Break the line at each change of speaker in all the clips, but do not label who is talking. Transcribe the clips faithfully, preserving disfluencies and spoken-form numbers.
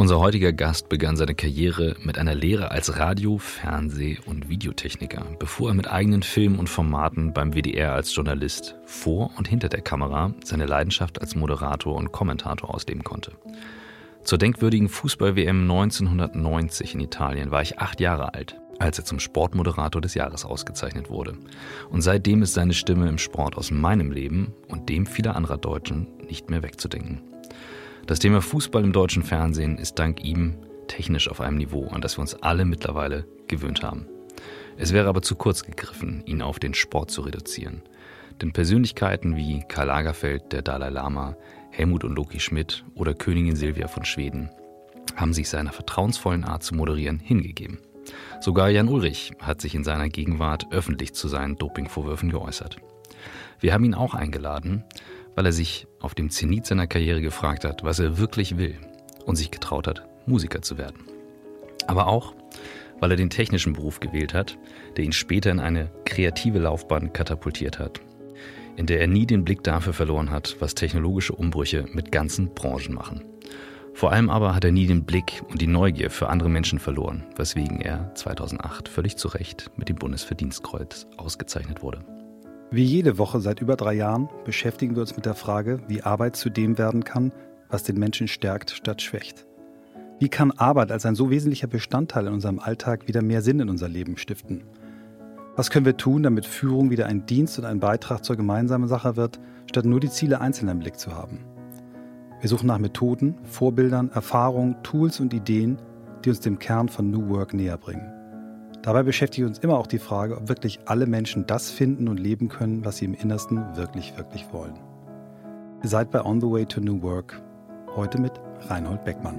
Unser heutiger Gast begann seine Karriere mit einer Lehre als Radio-, Fernseh- und Videotechniker, bevor er mit eigenen Filmen und Formaten beim W D R als Journalist vor und hinter der Kamera seine Leidenschaft als Moderator und Kommentator ausleben konnte. Zur denkwürdigen Fußball-W M neunzehnhundertneunzig in Italien war ich acht Jahre alt, als er zum Sportmoderator des Jahres ausgezeichnet wurde. Und seitdem ist seine Stimme im Sport aus meinem Leben und dem vieler anderer Deutschen nicht mehr wegzudenken. Das Thema Fußball im deutschen Fernsehen ist dank ihm technisch auf einem Niveau, an das wir uns alle mittlerweile gewöhnt haben. Es wäre aber zu kurz gegriffen, ihn auf den Sport zu reduzieren. Denn Persönlichkeiten wie Karl Lagerfeld, der Dalai Lama, Helmut und Loki Schmidt oder Königin Silvia von Schweden haben sich seiner vertrauensvollen Art zu moderieren hingegeben. Sogar Jan Ullrich hat sich in seiner Gegenwart öffentlich zu seinen Dopingvorwürfen geäußert. Wir haben ihn auch eingeladen, weil er sich auf dem Zenit seiner Karriere gefragt hat, was er wirklich will und sich getraut hat, Musiker zu werden. Aber auch, weil er den technischen Beruf gewählt hat, der ihn später in eine kreative Laufbahn katapultiert hat, in der er nie den Blick dafür verloren hat, was technologische Umbrüche mit ganzen Branchen machen. Vor allem aber hat er nie den Blick und die Neugier für andere Menschen verloren, weswegen er zweitausendacht völlig zu Recht mit dem Bundesverdienstkreuz ausgezeichnet wurde.
Wie jede Woche seit über drei Jahren beschäftigen wir uns mit der Frage, wie Arbeit zu dem werden kann, was den Menschen stärkt statt schwächt. Wie kann Arbeit als ein so wesentlicher Bestandteil in unserem Alltag wieder mehr Sinn in unser Leben stiften? Was können wir tun, damit Führung wieder ein Dienst und ein Beitrag zur gemeinsamen Sache wird, statt nur die Ziele einzeln im Blick zu haben? Wir suchen nach Methoden, Vorbildern, Erfahrungen, Tools und Ideen, die uns dem Kern von New Work näher bringen. Dabei beschäftigt uns immer auch die Frage, ob wirklich alle Menschen das finden und leben können, was sie im Innersten wirklich, wirklich wollen. Ihr seid bei On the Way to New Work, heute mit Reinhold Beckmann.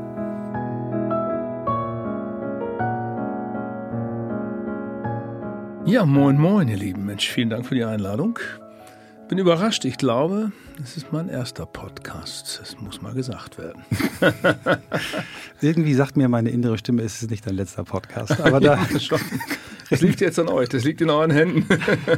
Ja, moin moin, ihr Lieben. Mensch, vielen Dank für die Einladung. Bin überrascht. Ich glaube, das ist mein erster Podcast. Das muss mal gesagt werden.
Irgendwie sagt mir meine innere Stimme, es ist nicht dein letzter Podcast. Aber da
ja, schon. Das liegt jetzt an euch. Das liegt in euren Händen.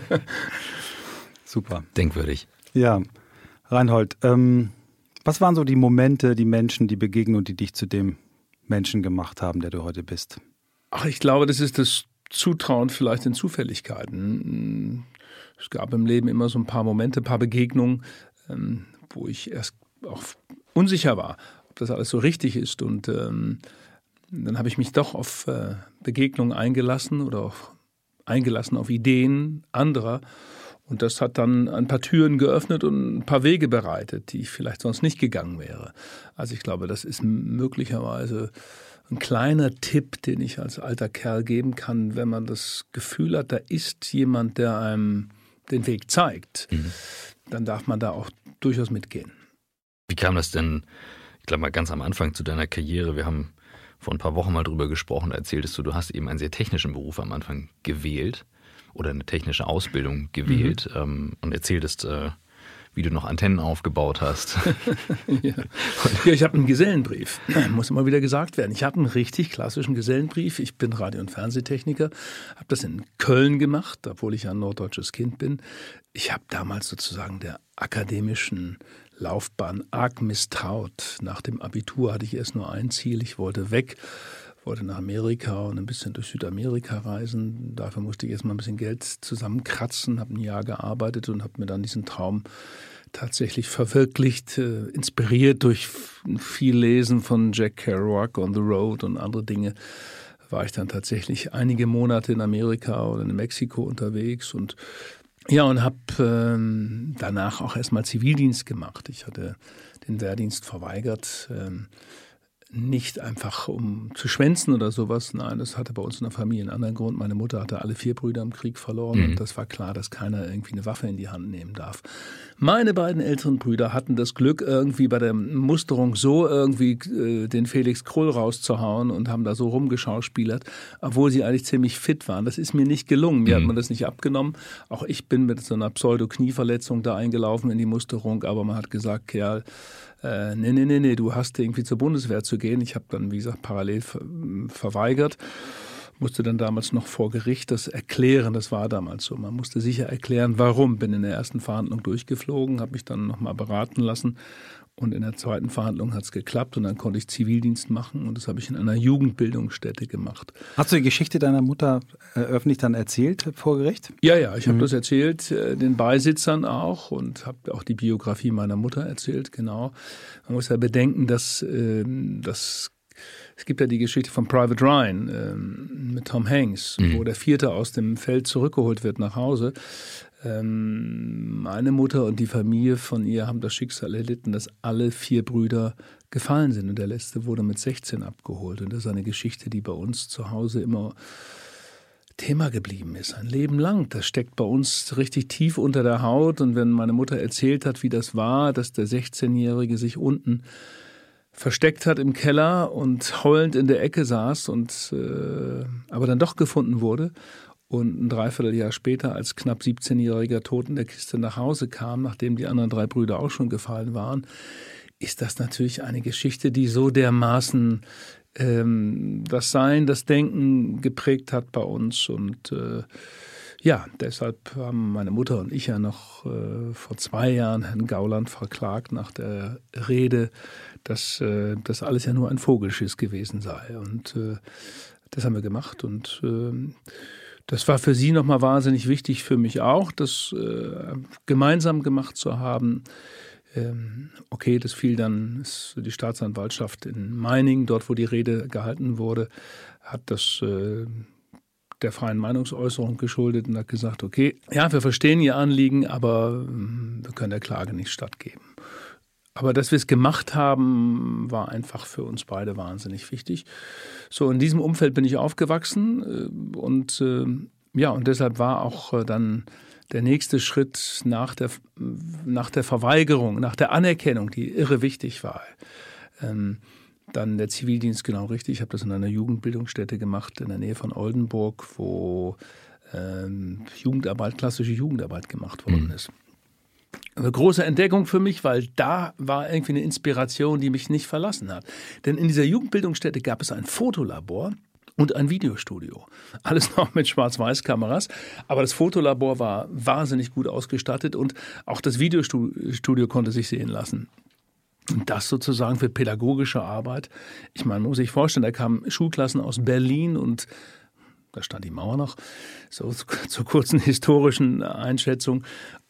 Super.
Denkwürdig.
Ja, Reinhold, ähm, was waren so die Momente, die Menschen, die Begegnungen, die dich zu dem Menschen gemacht haben, der du heute bist?
Ach, ich glaube, das ist das Zutrauen vielleicht in Zufälligkeiten. Es gab im Leben immer so ein paar Momente, ein paar Begegnungen, ähm, wo ich erst auch unsicher war, ob das alles so richtig ist. Und ähm, dann habe ich mich doch auf äh, Begegnungen eingelassen oder auch eingelassen auf Ideen anderer. Und das hat dann ein paar Türen geöffnet und ein paar Wege bereitet, die ich vielleicht sonst nicht gegangen wäre. Also ich glaube, das ist möglicherweise ein kleiner Tipp, den ich als alter Kerl geben kann, wenn man das Gefühl hat, da ist jemand, der einem den Weg zeigt, mhm. dann darf man da auch durchaus mitgehen.
Wie kam das denn, ich glaube mal ganz am Anfang zu deiner Karriere, wir haben vor ein paar Wochen mal drüber gesprochen, da erzähltest du, du hast eben einen sehr technischen Beruf am Anfang gewählt oder eine technische Ausbildung gewählt mhm. ähm, und erzähltest, äh, wie du noch Antennen aufgebaut hast.
ja. ja, ich habe einen Gesellenbrief, muss immer wieder gesagt werden. Ich habe einen richtig klassischen Gesellenbrief. Ich bin Radio- und Fernsehtechniker, habe das in Köln gemacht, obwohl ich ein norddeutsches Kind bin. Ich habe damals sozusagen der akademischen Laufbahn arg misstraut. Nach dem Abitur hatte ich erst nur ein Ziel, ich wollte weg. wollte nach Amerika und ein bisschen durch Südamerika reisen. Dafür musste ich erstmal ein bisschen Geld zusammenkratzen, habe ein Jahr gearbeitet und habe mir dann diesen Traum tatsächlich verwirklicht, äh, inspiriert durch viel Lesen von Jack Kerouac, On the Road und andere Dinge. War ich dann tatsächlich einige Monate in Amerika oder in Mexiko unterwegs und ja, und habe ähm, danach auch erstmal Zivildienst gemacht. Ich hatte den Wehrdienst verweigert, ähm, nicht einfach um zu schwänzen oder sowas. Nein, das hatte bei uns in der Familie einen anderen Grund. Meine Mutter hatte alle vier Brüder im Krieg verloren mhm. und das war klar, dass keiner irgendwie eine Waffe in die Hand nehmen darf. Meine beiden älteren Brüder hatten das Glück, irgendwie bei der Musterung so irgendwie äh, den Felix Krull rauszuhauen und haben da so rumgeschauspielert, obwohl sie eigentlich ziemlich fit waren. Das ist mir nicht gelungen. Mir mhm. hat man das nicht abgenommen. Auch ich bin mit so einer Pseudo-Knieverletzung da eingelaufen in die Musterung, aber man hat gesagt, Kerl, Äh, nee, nee, nee, nee, du hast irgendwie zur Bundeswehr zu gehen. Ich habe dann, wie gesagt, parallel ver- verweigert. musste dann damals noch vor Gericht das erklären, das war damals so. Man musste sicher erklären, warum. Bin in der ersten Verhandlung durchgeflogen, habe mich dann nochmal beraten lassen und in der zweiten Verhandlung hat es geklappt und dann konnte ich Zivildienst machen und das habe ich in einer Jugendbildungsstätte gemacht.
Hast du die Geschichte deiner Mutter äh, öffentlich dann erzählt vor Gericht?
Ja, ja, ich habe
Mhm.
das erzählt, äh, den Beisitzern auch und habe auch die Biografie meiner Mutter erzählt, genau. Man muss ja bedenken, dass äh, das Es gibt ja die Geschichte von Private Ryan ähm, mit Tom Hanks, mhm. wo der Vierte aus dem Feld zurückgeholt wird nach Hause. Ähm, meine Mutter und die Familie von ihr haben das Schicksal erlitten, dass alle vier Brüder gefallen sind. Und der Letzte wurde mit sechzehn abgeholt. Und das ist eine Geschichte, die bei uns zu Hause immer Thema geblieben ist, ein Leben lang. Das steckt bei uns richtig tief unter der Haut. Und wenn meine Mutter erzählt hat, wie das war, dass der sechzehnjährige sich unten versteckt hat im Keller und heulend in der Ecke saß und äh, aber dann doch gefunden wurde und ein Dreivierteljahr später als knapp siebzehnjähriger tot in der Kiste nach Hause kam, nachdem die anderen drei Brüder auch schon gefallen waren, ist das natürlich eine Geschichte, die so dermaßen ähm, das Sein, das Denken geprägt hat bei uns und äh, ja, deshalb haben meine Mutter und ich ja noch äh, vor zwei Jahren Herrn Gauland verklagt nach der Rede, dass äh, das alles ja nur ein Vogelschiss gewesen sei. Und äh, das haben wir gemacht. Und äh, das war für sie nochmal wahnsinnig wichtig, für mich auch, das äh, gemeinsam gemacht zu haben. Ähm, okay, das fiel dann, ist die Staatsanwaltschaft in Meiningen, dort wo die Rede gehalten wurde, hat das äh, der freien Meinungsäußerung geschuldet und hat gesagt, okay, ja, wir verstehen Ihr Anliegen, aber wir können der Klage nicht stattgeben. Aber dass wir es gemacht haben, war einfach für uns beide wahnsinnig wichtig. So, in diesem Umfeld bin ich aufgewachsen und ja, und deshalb war auch dann der nächste Schritt nach der, nach der Verweigerung, nach der Anerkennung, die irre wichtig war. Ähm, Dann der Zivildienst, genau richtig. Ich habe das in einer Jugendbildungsstätte gemacht in der Nähe von Oldenburg, wo ähm, Jugendarbeit, klassische Jugendarbeit gemacht worden ist. Eine große Entdeckung für mich, weil da war irgendwie eine Inspiration, die mich nicht verlassen hat. Denn in dieser Jugendbildungsstätte gab es ein Fotolabor und ein Videostudio. Alles noch mit Schwarz-Weiß-Kameras. Aber das Fotolabor war wahnsinnig gut ausgestattet und auch das Videostudio konnte sich sehen lassen. Und das sozusagen für pädagogische Arbeit. Ich meine, man muss sich vorstellen, da kamen Schulklassen aus Berlin und da stand die Mauer noch, so zur kurzen historischen Einschätzung.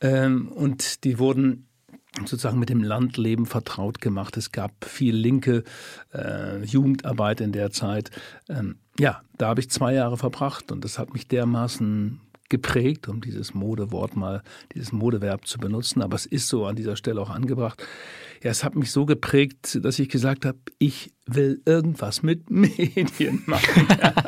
Und die wurden sozusagen mit dem Landleben vertraut gemacht. Es gab viel linke äh, Jugendarbeit in der Zeit. Ähm, ja, da habe ich zwei Jahre verbracht und das hat mich dermaßen geprägt, um dieses Modewort mal, dieses Modeverb zu benutzen, aber es ist so an dieser Stelle auch angebracht. Ja, es hat mich so geprägt, dass ich gesagt habe, ich will irgendwas mit Medien machen.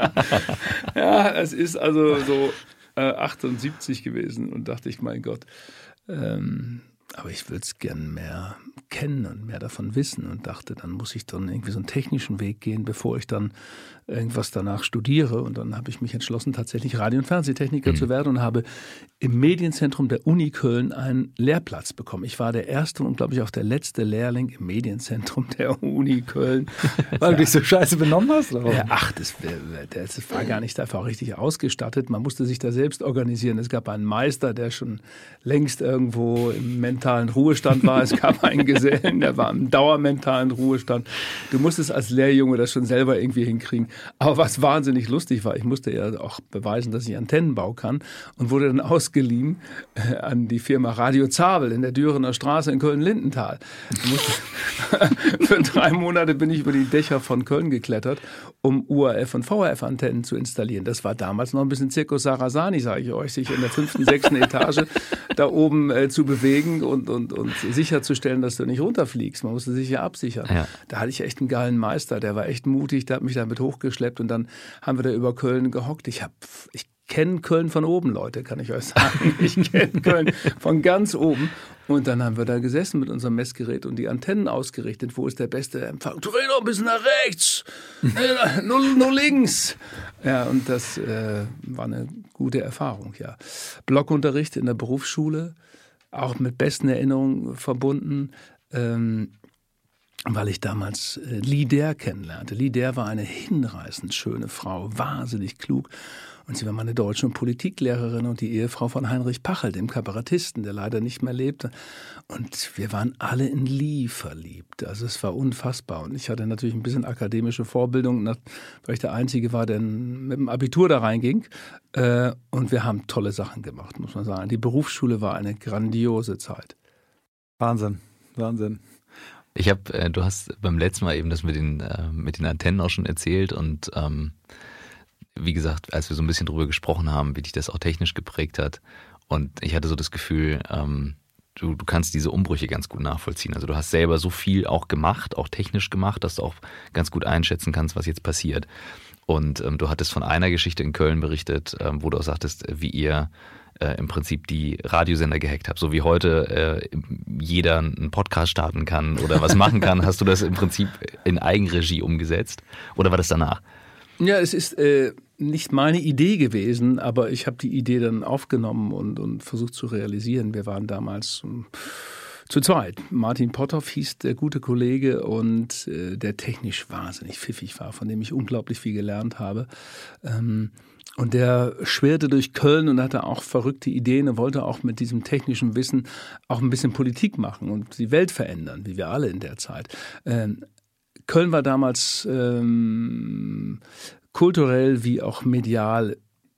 Ja, es ist also so äh, achtundsiebzig gewesen und dachte ich, mein Gott, ähm, aber ich würde es gern mehr kennen und mehr davon wissen und dachte, dann muss ich dann irgendwie so einen technischen Weg gehen, bevor ich dann irgendwas danach studiere. Und dann habe ich mich entschlossen, tatsächlich Radio- und Fernsehtechniker mhm. zu werden und habe im Medienzentrum der Uni Köln einen Lehrplatz bekommen. Ich war der erste und, glaube ich, auch der letzte Lehrling im Medienzentrum der Uni Köln.
Weil du dich so scheiße benommen hast? Oder?
Ja, ach, das, das war gar nicht dafür auch richtig ausgestattet. Man musste sich da selbst organisieren. Es gab einen Meister, der schon längst irgendwo im mentalen Ruhestand war. Es gab einen Gesellen, der war im dauermentalen Ruhestand. Du musstest als Lehrjunge das schon selber irgendwie hinkriegen. Aber was wahnsinnig lustig war, ich musste ja auch beweisen, dass ich Antennenbau kann und wurde dann ausgeliehen äh, an die Firma Radio Zabel in der Dürener Straße in Köln-Lindenthal. Für drei Monate bin ich über die Dächer von Köln geklettert, um U A F- und V H F-Antennen zu installieren. Das war damals noch ein bisschen Zirkus Sarasani, sage ich euch, sich in der fünften, sechsten Etage da oben äh, zu bewegen und, und, und sicherzustellen, dass du nicht runterfliegst. Man musste sich ja absichern. Ja. Da hatte ich echt einen geilen Meister, der war echt mutig, der hat mich damit hochgeschleppt und dann haben wir da über Köln gehockt. Ich habe, ich kenne Köln von oben, Leute, kann ich euch sagen. Ich kenne Köln von ganz oben. Und dann haben wir da gesessen mit unserem Messgerät und die Antennen ausgerichtet. Wo ist der beste Empfang? Dreh doch ein bisschen nach rechts, nur, nur links. Ja, und das äh, war eine gute Erfahrung, ja. Blockunterricht in der Berufsschule, auch mit besten Erinnerungen verbunden. Ähm, weil ich damals äh, Lider kennenlernte. Lider war eine hinreißend schöne Frau, wahnsinnig klug. Und sie war meine Deutsch- und Politiklehrerin und die Ehefrau von Heinrich Pachel, dem Kabarettisten, der leider nicht mehr lebte. Und wir waren alle in Lie verliebt. Also es war unfassbar. Und ich hatte natürlich ein bisschen akademische Vorbildung, weil ich der Einzige war, der mit dem Abitur da reinging. Und wir haben tolle Sachen gemacht, muss man sagen. Die Berufsschule war eine grandiose Zeit.
Wahnsinn, Wahnsinn.
Ich habe, äh, du hast beim letzten Mal eben das mit den, äh, mit den Antennen auch schon erzählt und ähm, wie gesagt, als wir so ein bisschen drüber gesprochen haben, wie dich das auch technisch geprägt hat und ich hatte so das Gefühl, ähm, du, du kannst diese Umbrüche ganz gut nachvollziehen. Also du hast selber so viel auch gemacht, auch technisch gemacht, dass du auch ganz gut einschätzen kannst, was jetzt passiert. Und ähm, du hattest von einer Geschichte in Köln berichtet, ähm, wo du auch sagtest, wie ihr äh, im Prinzip die Radiosender gehackt habt. So wie heute äh, jeder einen Podcast starten kann oder was machen kann, hast du das im Prinzip in Eigenregie umgesetzt? Oder war das danach?
Ja, es ist äh, nicht meine Idee gewesen, aber ich habe die Idee dann aufgenommen und, und versucht zu realisieren. Wir waren damals um, zu zweit. Martin Potthoff hieß der gute Kollege und äh, der technisch wahnsinnig pfiffig war, von dem ich unglaublich viel gelernt habe. Ähm, und der schwirrte durch Köln und hatte auch verrückte Ideen und wollte auch mit diesem technischen Wissen auch ein bisschen Politik machen und die Welt verändern, wie wir alle in der Zeit. Ähm, Köln war damals ähm, kulturell wie auch medial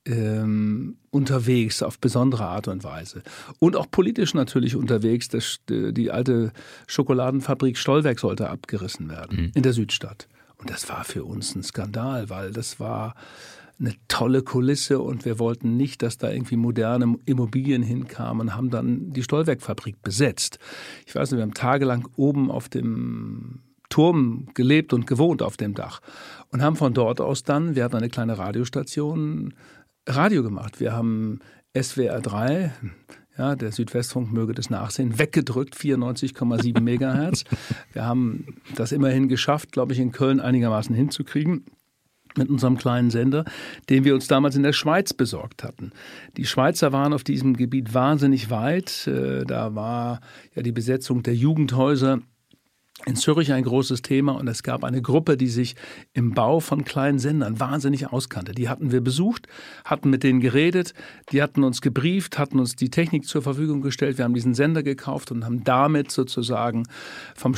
ähm, unterwegs auf besondere Art und Weise. Und auch politisch natürlich unterwegs. Das, die alte Schokoladenfabrik Stollwerk sollte abgerissen werden mhm. in der Südstadt. Und das war für uns ein Skandal, weil das war eine tolle Kulisse und wir wollten nicht, dass da irgendwie moderne Immobilien hinkamen und haben dann die Stollwerkfabrik besetzt. Ich weiß nicht, wir haben tagelang oben auf dem Turm gelebt und gewohnt auf dem Dach und haben von dort aus dann, wir hatten eine kleine Radiostation, Radio gemacht. Wir haben S W R drei, ja, der Südwestfunk möge das nachsehen, weggedrückt, vierundneunzig Komma sieben Megahertz. Wir haben das immerhin geschafft, glaube ich, in Köln einigermaßen hinzukriegen mit unserem kleinen Sender, den wir uns damals in der Schweiz besorgt hatten. Die Schweizer waren auf diesem Gebiet wahnsinnig weit. Da war ja die Besetzung der Jugendhäuser in Zürich ein großes Thema und es gab eine Gruppe, die sich im Bau von kleinen Sendern wahnsinnig auskannte. Die hatten wir besucht, hatten mit denen geredet, die hatten uns gebrieft, hatten uns die Technik zur Verfügung gestellt. Wir haben diesen Sender gekauft und haben damit sozusagen vom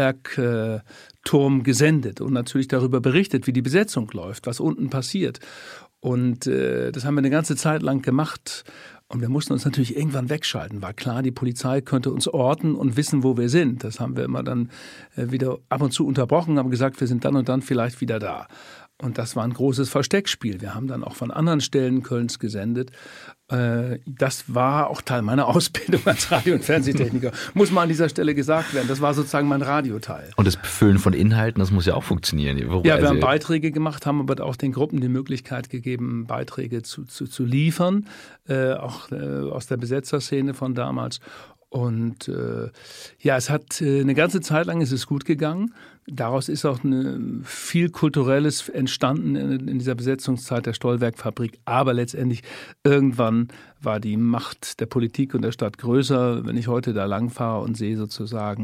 Stollwerk-Turm gesendet und natürlich darüber berichtet, wie die Besetzung läuft, was unten passiert. Und äh, das haben wir eine ganze Zeit lang gemacht. Und wir mussten uns natürlich irgendwann wegschalten. War klar, die Polizei könnte uns orten und wissen, wo wir sind. Das haben wir immer dann wieder ab und zu unterbrochen, haben gesagt, wir sind dann und dann vielleicht wieder da. Und das war ein großes Versteckspiel. Wir haben dann auch von anderen Stellen Kölns gesendet. Das war auch Teil meiner Ausbildung als Radio- und Fernsehtechniker. Muss mal an dieser Stelle gesagt werden. Das war sozusagen mein Radioteil.
Und das Befüllen von Inhalten, das muss ja auch funktionieren.
Ja, wir haben Beiträge gemacht, haben aber auch den Gruppen die Möglichkeit gegeben, Beiträge zu, zu, zu liefern, äh, auch äh, aus der Besetzerszene von damals. Und äh, ja, es hat äh, eine ganze Zeit lang ist es gut gegangen. Daraus ist auch eine, viel Kulturelles entstanden in, in dieser Besetzungszeit der Stollwerkfabrik. Aber letztendlich irgendwann war die Macht der Politik und der Stadt größer. Wenn ich heute da langfahre und sehe sozusagen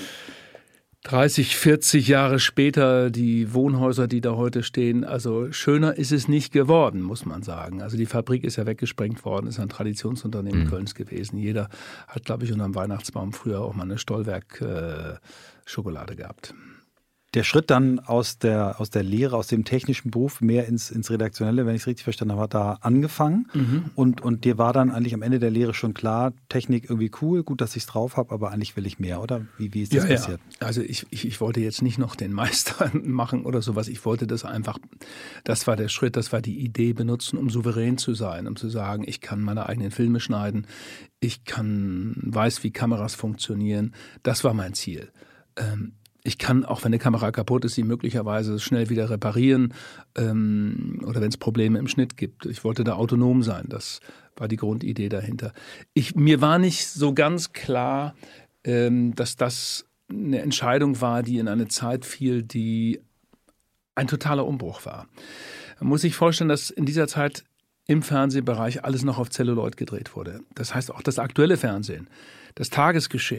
dreißig, vierzig Jahre später die Wohnhäuser, die da heute stehen, also schöner ist es nicht geworden, muss man sagen. Also die Fabrik ist ja weggesprengt worden, ist ein Traditionsunternehmen mhm. Kölns gewesen. Jeder hat, glaube ich, unterm Weihnachtsbaum früher auch mal eine Stollwerk-Schokolade äh, gehabt.
Der Schritt dann aus der, aus der Lehre, aus dem technischen Beruf mehr ins, ins Redaktionelle, wenn ich es richtig verstanden habe, hat da angefangen. Mhm. Und, und dir war dann eigentlich am Ende der Lehre schon klar, Technik irgendwie cool, gut, dass ich es drauf habe, aber eigentlich will ich mehr, oder? Wie, wie ist das ja, passiert?
Ja. Also ich, ich, ich wollte jetzt nicht noch den Meister machen oder sowas. Ich wollte das einfach, das war der Schritt, das war die Idee benutzen, um souverän zu sein, um zu sagen, ich kann meine eigenen Filme schneiden, ich kann, weiß, wie Kameras funktionieren. Das war mein Ziel. Ähm, Ich kann, auch wenn eine Kamera kaputt ist, sie möglicherweise schnell wieder reparieren ähm, oder wenn es Probleme im Schnitt gibt. Ich wollte da autonom sein. Das war die Grundidee dahinter. Ich, mir war nicht so ganz klar, ähm, dass das eine Entscheidung war, die in eine Zeit fiel, die ein totaler Umbruch war. Man muss sich vorstellen, dass in dieser Zeit im Fernsehbereich alles noch auf Celluloid gedreht wurde. Das heißt auch das aktuelle Fernsehen, das Tagesgeschehen,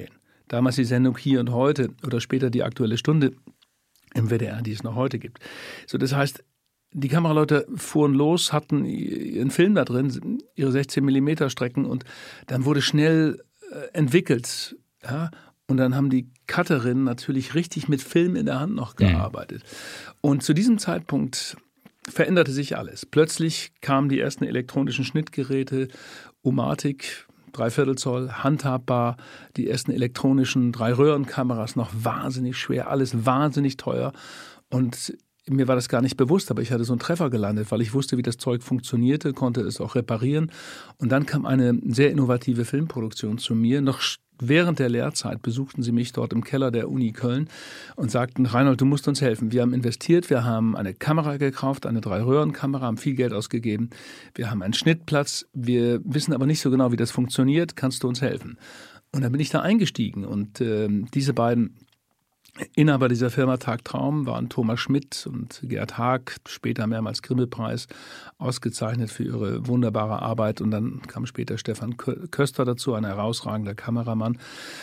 damals die Sendung Hier und Heute oder später die Aktuelle Stunde im W D R, die es noch heute gibt. So, das heißt, die Kameraleute fuhren los, hatten ihren Film da drin, ihre sechzehn Millimeter Strecken und dann wurde schnell äh, entwickelt, ja, und dann haben die Cutterinnen natürlich richtig mit Film in der Hand noch gearbeitet. Mhm. Und zu diesem Zeitpunkt veränderte sich alles. Plötzlich kamen die ersten elektronischen Schnittgeräte, Umatic, Dreiviertel Zoll, handhabbar, die ersten elektronischen Drei-Röhren-Kameras, noch wahnsinnig schwer, alles wahnsinnig teuer. Und mir war das gar nicht bewusst, aber ich hatte so einen Treffer gelandet, weil ich wusste, wie das Zeug funktionierte, konnte es auch reparieren. Und dann kam eine sehr innovative Filmproduktion zu mir. Noch während der Lehrzeit besuchten sie mich dort im Keller der Uni Köln und sagten, Reinhold, du musst uns helfen. Wir haben investiert, wir haben eine Kamera gekauft, eine Drei-Röhren-Kamera, haben viel Geld ausgegeben. Wir haben einen Schnittplatz, wir wissen aber nicht so genau, wie das funktioniert. Kannst du uns helfen? Und dann bin ich da eingestiegen und äh, diese beiden Inhaber dieser Firma Tagtraum waren Thomas Schmidt und Gerd Haag, später mehrmals Grimme-Preis, ausgezeichnet für ihre wunderbare Arbeit. Und dann kam später Stefan Köster dazu, ein herausragender Kameramann.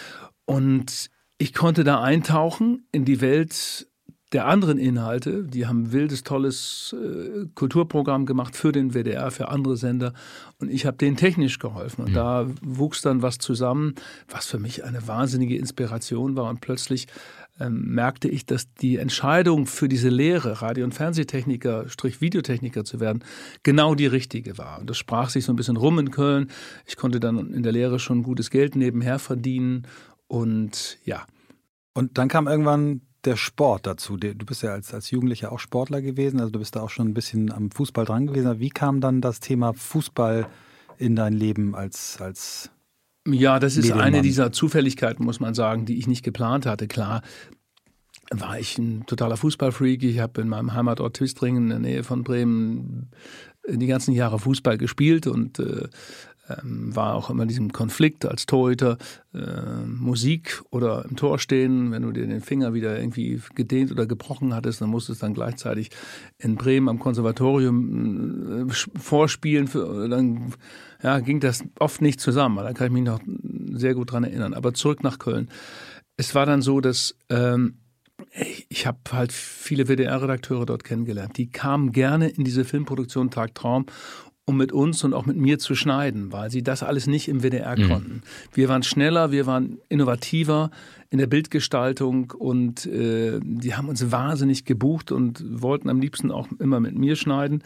Und ich konnte da eintauchen in die Welt der anderen Inhalte. Die haben ein wildes, tolles äh, Kulturprogramm gemacht für den W D R, für andere Sender. Und ich habe denen technisch geholfen. Und mhm. da wuchs dann was zusammen, was für mich eine wahnsinnige Inspiration war. Und plötzlich ähm, merkte ich, dass die Entscheidung für diese Lehre, Radio- und Fernsehtechniker, Strich Videotechniker zu werden, genau die richtige war. Und das sprach sich so ein bisschen rum in Köln. Ich konnte dann in der Lehre schon gutes Geld nebenher verdienen. Und ja.
Und dann kam irgendwann der Sport dazu. Du bist ja als, als Jugendlicher auch Sportler gewesen, also du bist da auch schon ein bisschen am Fußball dran gewesen. Wie kam dann das Thema Fußball in dein Leben als, als
Ja, das ist
Medienmann?
Eine dieser Zufälligkeiten, muss man sagen, die ich nicht geplant hatte. Klar war ich ein totaler Fußballfreak. Ich habe in meinem Heimatort Twistringen in der Nähe von Bremen die ganzen Jahre Fußball gespielt und äh, Ähm, war auch immer in diesem Konflikt als Torhüter, äh, Musik oder im Tor stehen. Wenn du dir den Finger wieder irgendwie gedehnt oder gebrochen hattest, dann musstest du dann gleichzeitig in Bremen am Konservatorium äh, vorspielen. Für, dann ja, ging das oft nicht zusammen. Da kann ich mich noch sehr gut dran erinnern. Aber zurück nach Köln. Es war dann so, dass ähm, ich habe halt viele W D R-Redakteure dort kennengelernt. Die kamen gerne in diese Filmproduktion Tagtraum, um mit uns und auch mit mir zu schneiden, weil sie das alles nicht im W D R mhm. konnten. Wir waren schneller, wir waren innovativer in der Bildgestaltung und äh, die haben uns wahnsinnig gebucht und wollten am liebsten auch immer mit mir schneiden.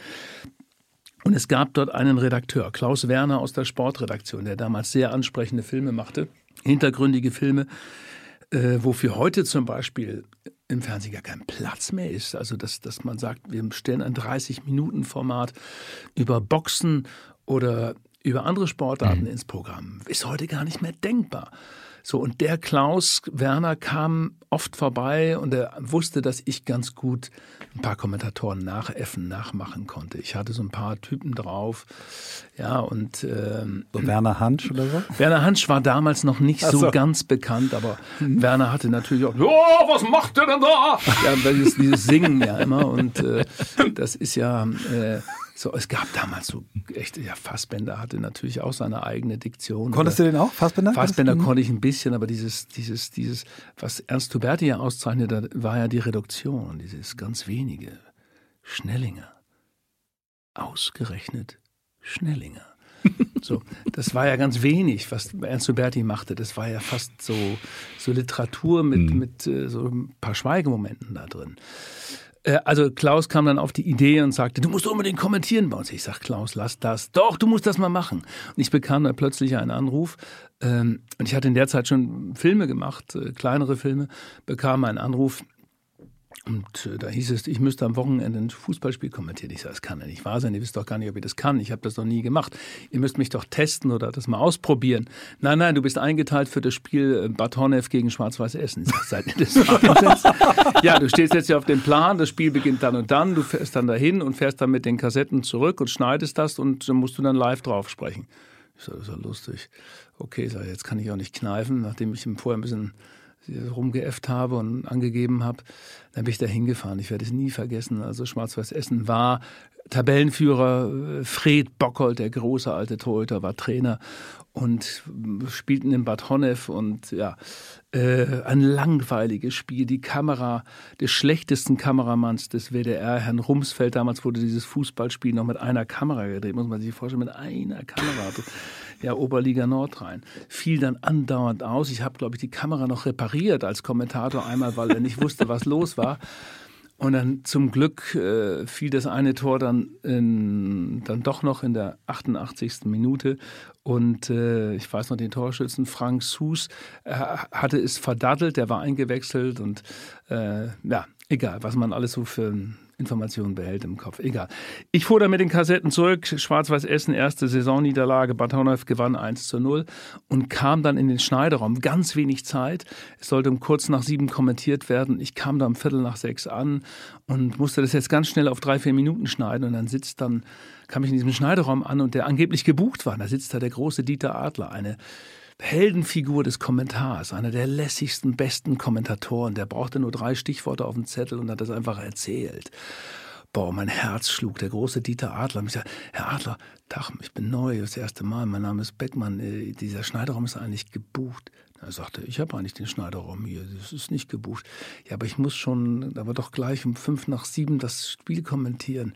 Und es gab dort einen Redakteur, Klaus Werner aus der Sportredaktion, der damals sehr ansprechende Filme machte, hintergründige Filme, äh, wofür heute zum Beispiel im Fernsehen gar kein Platz mehr ist. Also dass, dass man sagt, wir stellen ein dreißig-Minuten-Format über Boxen oder über andere Sportarten mhm. ins Programm. Ist heute gar nicht mehr denkbar. So, und der Klaus Werner kam oft vorbei und er wusste, dass ich ganz gut ein paar Kommentatoren nachäffen, nachmachen konnte. Ich hatte so ein paar Typen drauf. Ja, und ähm,
so Werner Hansch oder so?
Werner Hansch war damals noch nicht so, so ganz bekannt, aber mhm. Werner hatte natürlich auch, oh, was macht der denn da? Ja, dieses, dieses Singen ja immer und äh, das ist ja äh, so, es gab damals so echt, ja, Fassbender hatte natürlich auch seine eigene Diktion.
Konntest du den auch, Fassbender?
Fassbender konnte ich ein bisschen, aber dieses, dieses, dieses, was Ernst Huberti ja auszeichnet, war ja die Reduktion, dieses ganz wenige. Schnellinger. Ausgerechnet Schnellinger. So, das war ja ganz wenig, was Ernst Huberti machte. Das war ja fast so, so Literatur mit, mhm. mit so ein paar Schweigemomenten da drin. Also Klaus kam dann auf die Idee und sagte, du musst unbedingt kommentieren bei uns. Ich sag, Klaus, lass das. Doch, du musst das mal machen. Und ich bekam dann plötzlich einen Anruf. Und ich hatte in der Zeit schon Filme gemacht, kleinere Filme, bekam einen Anruf. Und da hieß es, ich müsste am Wochenende ein Fußballspiel kommentieren. Ich sage, das kann ja nicht wahr sein. Ihr wisst doch gar nicht, ob ihr das kann. Ich habe das noch nie gemacht. Ihr müsst mich doch testen oder das mal ausprobieren. Nein, nein, du bist eingeteilt für das Spiel Bad Honnef gegen Schwarz-Weiß Essen. Ich sage, seid ihr das Wahnsinns? Ja, du stehst jetzt ja auf dem Plan. Das Spiel beginnt dann und dann. Du fährst dann dahin und fährst dann mit den Kassetten zurück und schneidest das und dann musst du dann live drauf sprechen. Ich sage, das ist ja lustig. Okay, sag, jetzt kann ich auch nicht kneifen, nachdem ich ihm vorher ein bisschen rumgeäfft habe und angegeben habe. Dann bin ich da hingefahren. Ich werde es nie vergessen. Also Schwarz-Weiß Essen war Tabellenführer. Fred Bockholt, der große alte Torhüter, war Trainer und spielten in Bad Honnef. Und ja, äh, ein langweiliges Spiel. Die Kamera des schlechtesten Kameramanns des W D R, Herrn Rumsfeld. Damals wurde dieses Fußballspiel noch mit einer Kamera gedreht. Muss man sich vorstellen, mit einer Kamera. Ja, Oberliga Nordrhein. Fiel dann andauernd aus. Ich habe, glaube ich, die Kamera noch repariert als Kommentator einmal, weil er nicht wusste, was los war. Und dann zum Glück äh, fiel das eine Tor dann, in, dann doch noch in der achtundachtzigsten Minute. Und äh, ich weiß noch den Torschützen, Frank Sus, äh, hatte es verdattelt, der war eingewechselt. Und äh, ja, egal, was man alles so für Informationen behält im Kopf. Egal. Ich fuhr dann mit den Kassetten zurück. Schwarz-Weiß Essen, erste Saisonniederlage. Bad Honnef gewann eins zu null und kam dann in den Schneiderraum. Ganz wenig Zeit. Es sollte um kurz nach sieben kommentiert werden. Ich kam da um Viertel nach sechs an und musste das jetzt ganz schnell auf drei, vier Minuten schneiden. Und dann sitzt dann, kam ich in diesem Schneiderraum an und der angeblich gebucht war. Da sitzt da der große Dieter Adler, eine Heldenfigur des Kommentars, einer der lässigsten, besten Kommentatoren. Der brauchte nur drei Stichworte auf dem Zettel und hat das einfach erzählt. Boah, mein Herz schlug. Der große Dieter Adler. Ich sagte, Herr Adler, Tag, ich bin neu, das erste Mal. Mein Name ist Beckmann. Äh, dieser Schneiderraum ist eigentlich gebucht. Er sagte, ich habe eigentlich den Schneiderraum hier. Das ist nicht gebucht. Ja, aber ich muss schon, aber doch gleich um fünf nach sieben das Spiel kommentieren.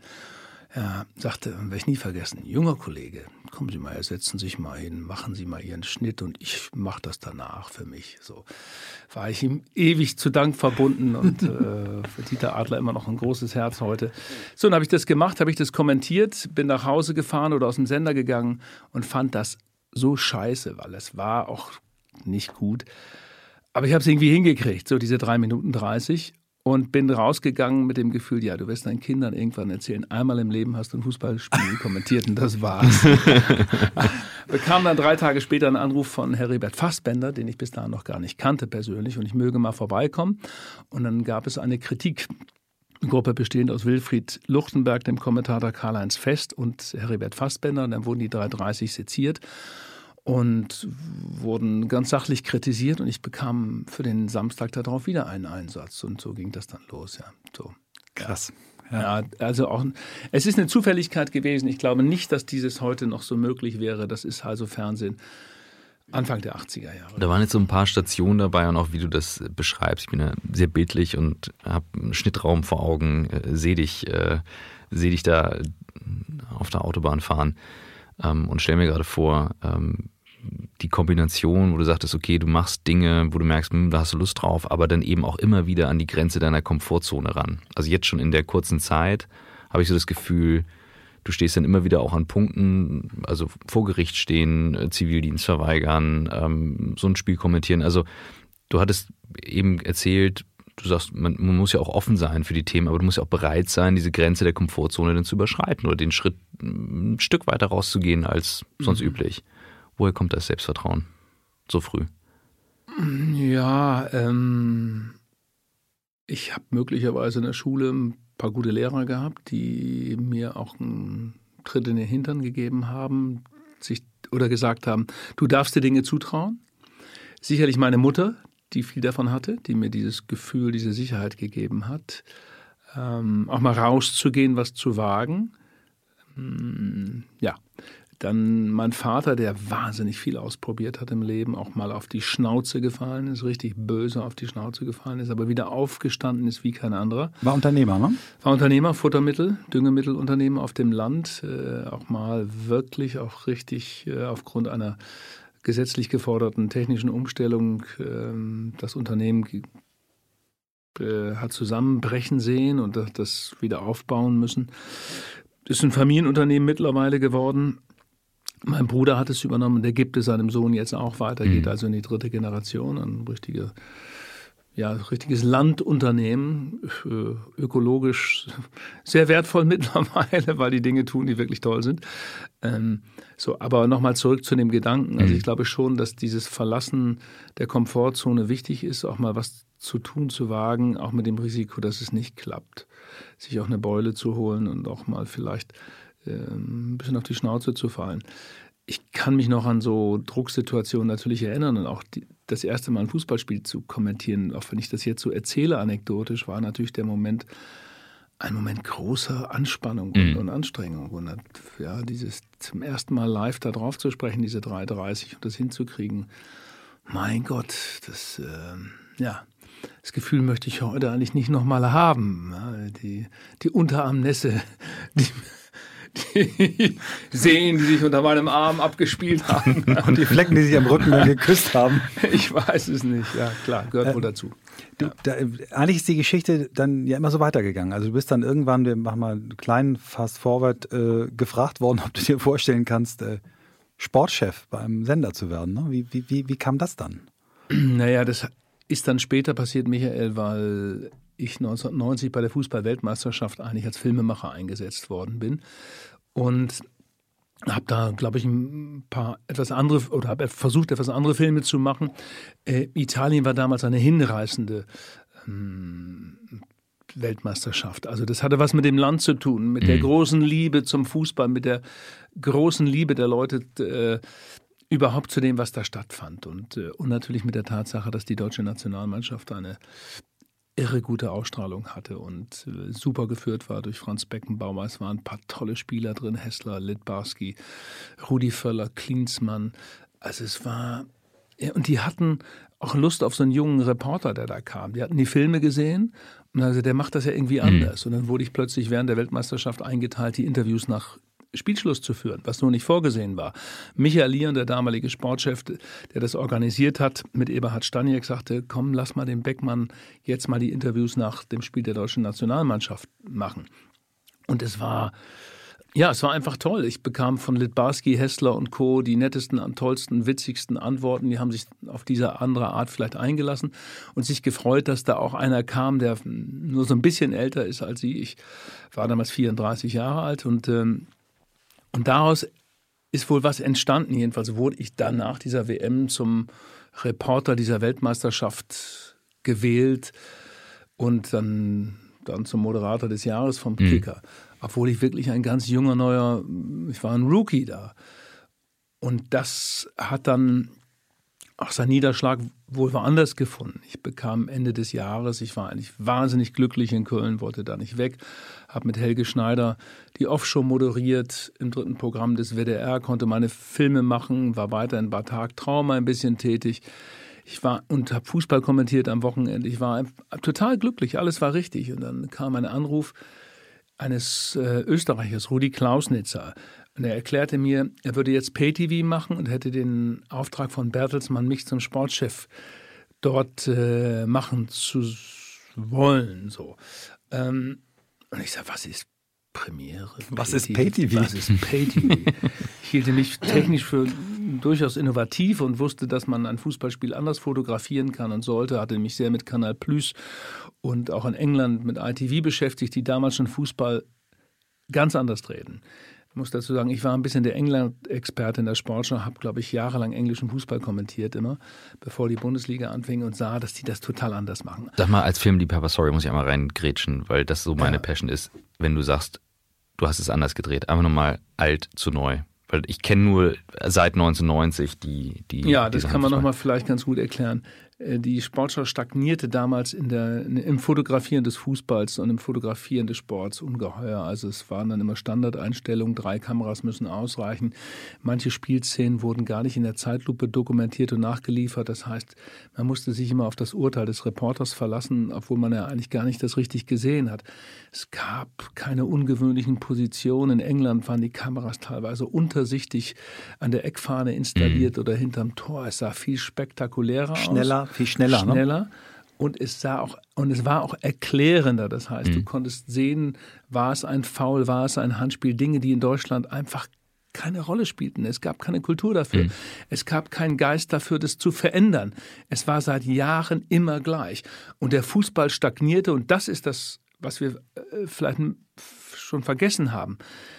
Er sagte, werde ich nie vergessen, junger Kollege, kommen Sie mal, setzen Sie sich mal hin, machen Sie mal Ihren Schnitt und ich mache das danach für mich. So war ich ihm ewig zu Dank verbunden und äh, für Dieter Adler immer noch ein großes Herz heute. So, dann habe ich das gemacht, habe ich das kommentiert, bin nach Hause gefahren oder aus dem Sender gegangen und fand das so scheiße, weil es war auch nicht gut. Aber ich habe es irgendwie hingekriegt, so diese drei Minuten dreißig. Und bin rausgegangen mit dem Gefühl, ja, du wirst deinen Kindern irgendwann erzählen, einmal im Leben hast du ein Fußballspiel kommentiert und das war's. Bekam dann drei Tage später einen Anruf von Heribert Fassbender, den ich bis dahin noch gar nicht kannte persönlich und ich möge mal vorbeikommen. Und dann gab es eine Kritikgruppe bestehend aus Wilfried Luchtenberg, dem Kommentator Karl-Heinz Fest und Heribert Fassbender. Und dann wurden die drei dreißig seziert und wurden ganz sachlich kritisiert und ich bekam für den Samstag darauf wieder einen Einsatz und so ging das dann los, ja. So.
Krass.
Ja. ja, also auch, es ist eine Zufälligkeit gewesen. Ich glaube nicht, dass dieses heute noch so möglich wäre. Das ist also Fernsehen Anfang der achtziger Jahre.
Da waren jetzt so ein paar Stationen dabei und auch wie du das beschreibst. Ich bin ja sehr bildlich und habe einen Schnittraum vor Augen, äh, sehe dich, äh, seh dich da auf der Autobahn fahren ähm, und stell mir gerade vor, ähm, die Kombination, wo du sagtest, okay, du machst Dinge, wo du merkst, hm, da hast du Lust drauf, aber dann eben auch immer wieder an die Grenze deiner Komfortzone ran. Also jetzt schon in der kurzen Zeit habe ich so das Gefühl, du stehst dann immer wieder auch an Punkten, also vor Gericht stehen, Zivildienst verweigern, ähm, so ein Spiel kommentieren. Also du hattest eben erzählt, du sagst, man, man muss ja auch offen sein für die Themen, aber du musst ja auch bereit sein, diese Grenze der Komfortzone dann zu überschreiten oder den Schritt ein Stück weiter rauszugehen als sonst mhm. üblich. Woher kommt das Selbstvertrauen so früh?
Ja, ähm, ich habe möglicherweise in der Schule ein paar gute Lehrer gehabt, die mir auch einen Tritt in den Hintern gegeben haben, sich oder gesagt haben, du darfst dir Dinge zutrauen. Sicherlich meine Mutter, die viel davon hatte, die mir dieses Gefühl, diese Sicherheit gegeben hat, ähm, auch mal rauszugehen, was zu wagen. Ähm, ja. Dann mein Vater, der wahnsinnig viel ausprobiert hat im Leben, auch mal auf die Schnauze gefallen ist, richtig böse auf die Schnauze gefallen ist, aber wieder aufgestanden ist wie kein anderer.
War Unternehmer, ne?
War Unternehmer, Futtermittel, Düngemittelunternehmer auf dem Land, äh, auch mal wirklich auch richtig äh, aufgrund einer gesetzlich geforderten technischen Umstellung äh, das Unternehmen äh, hat zusammenbrechen sehen und das wieder aufbauen müssen. Das ist ein Familienunternehmen mittlerweile geworden. Mein Bruder hat es übernommen, der gibt es seinem Sohn jetzt auch weiter, geht mhm. also in die dritte Generation, ein richtige, ja, richtiges Landunternehmen, ökologisch sehr wertvoll mittlerweile, weil die Dinge tun, die wirklich toll sind. Ähm, so, aber nochmal zurück zu dem Gedanken, also ich glaube schon, dass dieses Verlassen der Komfortzone wichtig ist, auch mal was zu tun, zu wagen, auch mit dem Risiko, dass es nicht klappt, sich auch eine Beule zu holen und auch mal vielleicht ein bisschen auf die Schnauze zu fallen. Ich kann mich noch an so Drucksituationen natürlich erinnern und auch die, das erste Mal ein Fußballspiel zu kommentieren, auch wenn ich das jetzt so erzähle anekdotisch, war natürlich der Moment ein Moment großer Anspannung und,
Mhm.
und Anstrengung. Und ja, dieses zum ersten Mal live da drauf zu sprechen, diese drei dreißig und das hinzukriegen, mein Gott, das, äh, ja, das Gefühl möchte ich heute eigentlich nicht nochmal haben. Ja, die, die Unterarmnässe, die, die Sehnen, die sich unter meinem Arm abgespielt haben.
Und die Flecken, die sich am Rücken dann geküsst haben.
Ich weiß es nicht. Ja, klar, gehört
Äh,
wohl dazu.
Du,
Ja.
da, eigentlich ist die Geschichte dann ja immer so weitergegangen. Also du bist dann irgendwann, wir machen mal einen kleinen Fast-Forward, äh, gefragt worden, ob du dir vorstellen kannst, äh, Sportchef bei einem Sender zu werden. Ne? Wie, wie, wie, wie kam das dann?
Naja, das ist dann später passiert, Michael, weil ich neunzehnhundertneunzig bei der Fußball-Weltmeisterschaft eigentlich als Filmemacher eingesetzt worden bin und habe da, glaube ich, ein paar etwas andere oder habe versucht, etwas andere Filme zu machen. Äh, Italien war damals eine hinreißende ähm, Weltmeisterschaft. Also das hatte was mit dem Land zu tun, mit mhm. der großen Liebe zum Fußball, mit der großen Liebe der Leute äh, überhaupt zu dem, was da stattfand. Und, äh, und natürlich mit der Tatsache, dass die deutsche Nationalmannschaft eine irre gute Ausstrahlung hatte und äh, super geführt war durch Franz Beckenbauer. Es waren ein paar tolle Spieler drin, Hessler, Littbarski, Rudi Völler, Klinsmann. Also es war, ja, und die hatten auch Lust auf so einen jungen Reporter, der da kam. Die hatten die Filme gesehen und also der macht das ja irgendwie anders. Mhm. Und dann wurde ich plötzlich während der Weltmeisterschaft eingeteilt, die Interviews nach Spielschluss zu führen, was nur nicht vorgesehen war. Michael Lieren, der damalige Sportchef, der das organisiert hat, mit Eberhard Staniek sagte, komm, lass mal den Beckmann jetzt mal die Interviews nach dem Spiel der deutschen Nationalmannschaft machen. Und es war, ja, es war einfach toll. Ich bekam von Littbarski, Hessler und Co. die nettesten, tollsten, witzigsten Antworten. Die haben sich auf diese andere Art vielleicht eingelassen und sich gefreut, dass da auch einer kam, der nur so ein bisschen älter ist als sie. Ich war damals vierunddreißig Jahre alt und ähm, Und daraus ist wohl was entstanden. Jedenfalls wurde ich dann nach dieser W M zum Reporter dieser Weltmeisterschaft gewählt und dann, dann zum Moderator des Jahres vom Kicker. Mhm. Obwohl ich wirklich ein ganz junger, neuer, ich war ein Rookie da. Und das hat dann auch seinen Niederschlag wohl woanders gefunden. Ich bekam Ende des Jahres, ich war eigentlich wahnsinnig glücklich in Köln, wollte da nicht weg, habe mit Helge Schneider die Offshow moderiert im dritten Programm des W D R, konnte meine Filme machen, war weiter in Bad Haag-Trauma ein bisschen tätig. Ich war und habe Fußball kommentiert am Wochenende. Ich war total glücklich, alles war richtig. Und dann kam ein Anruf eines äh, Österreichers, Rudi Klausnitzer. Und er erklärte mir, er würde jetzt Pay-T V machen und hätte den Auftrag von Bertelsmann, mich zum Sportchef dort äh, machen zu wollen. So. Ähm, und ich sage, was ist Premiere?
Was ist Pay-T V?
Was ist Pay-T V? Ich hielte mich technisch für durchaus innovativ und wusste, dass man ein Fußballspiel anders fotografieren kann und sollte. Hatte mich sehr mit Kanal Plus und auch in England mit I T V beschäftigt, die damals schon Fußball ganz anders drehen. Ich muss dazu sagen, ich war ein bisschen der England-Experte in der Sportschau, habe, glaube ich, jahrelang englischen Fußball kommentiert immer, bevor die Bundesliga anfing und sah, dass die das total anders machen.
Sag mal, als Filmliebhaber, sorry, muss ich einmal reingrätschen, weil das so meine
ja.
Passion ist, wenn du sagst, du hast es anders gedreht, einfach nochmal alt zu neu. Weil ich kenne nur seit neunzehnhundertneunzig die... die
ja, das kann man nochmal vielleicht ganz gut erklären. Die Sportschau stagnierte damals in der, im Fotografieren des Fußballs und im Fotografieren des Sports ungeheuer. Also es waren dann immer Standardeinstellungen, drei Kameras müssen ausreichen. Manche Spielszenen wurden gar nicht in der Zeitlupe dokumentiert und nachgeliefert. Das heißt, man musste sich immer auf das Urteil des Reporters verlassen, obwohl man ja eigentlich gar nicht das richtig gesehen hat. Es gab keine ungewöhnlichen Positionen. In England waren die Kameras teilweise untersichtig an der Eckfahne installiert mhm. oder hinterm Tor. Es sah viel spektakulärer
Schneller.
aus.
Viel schneller,
schneller.
Ne?
Und es sah auch und es war auch erklärender. Das heißt, mhm. du konntest sehen, war es ein Foul, war es ein Handspiel, Dinge, die in Deutschland einfach keine Rolle spielten. Es gab keine Kultur dafür. Mhm. Es gab keinen Geist dafür, das zu verändern. Es war seit Jahren immer gleich. Und der Fußball stagnierte und das ist das, was wir äh, vielleicht schon vergessen haben.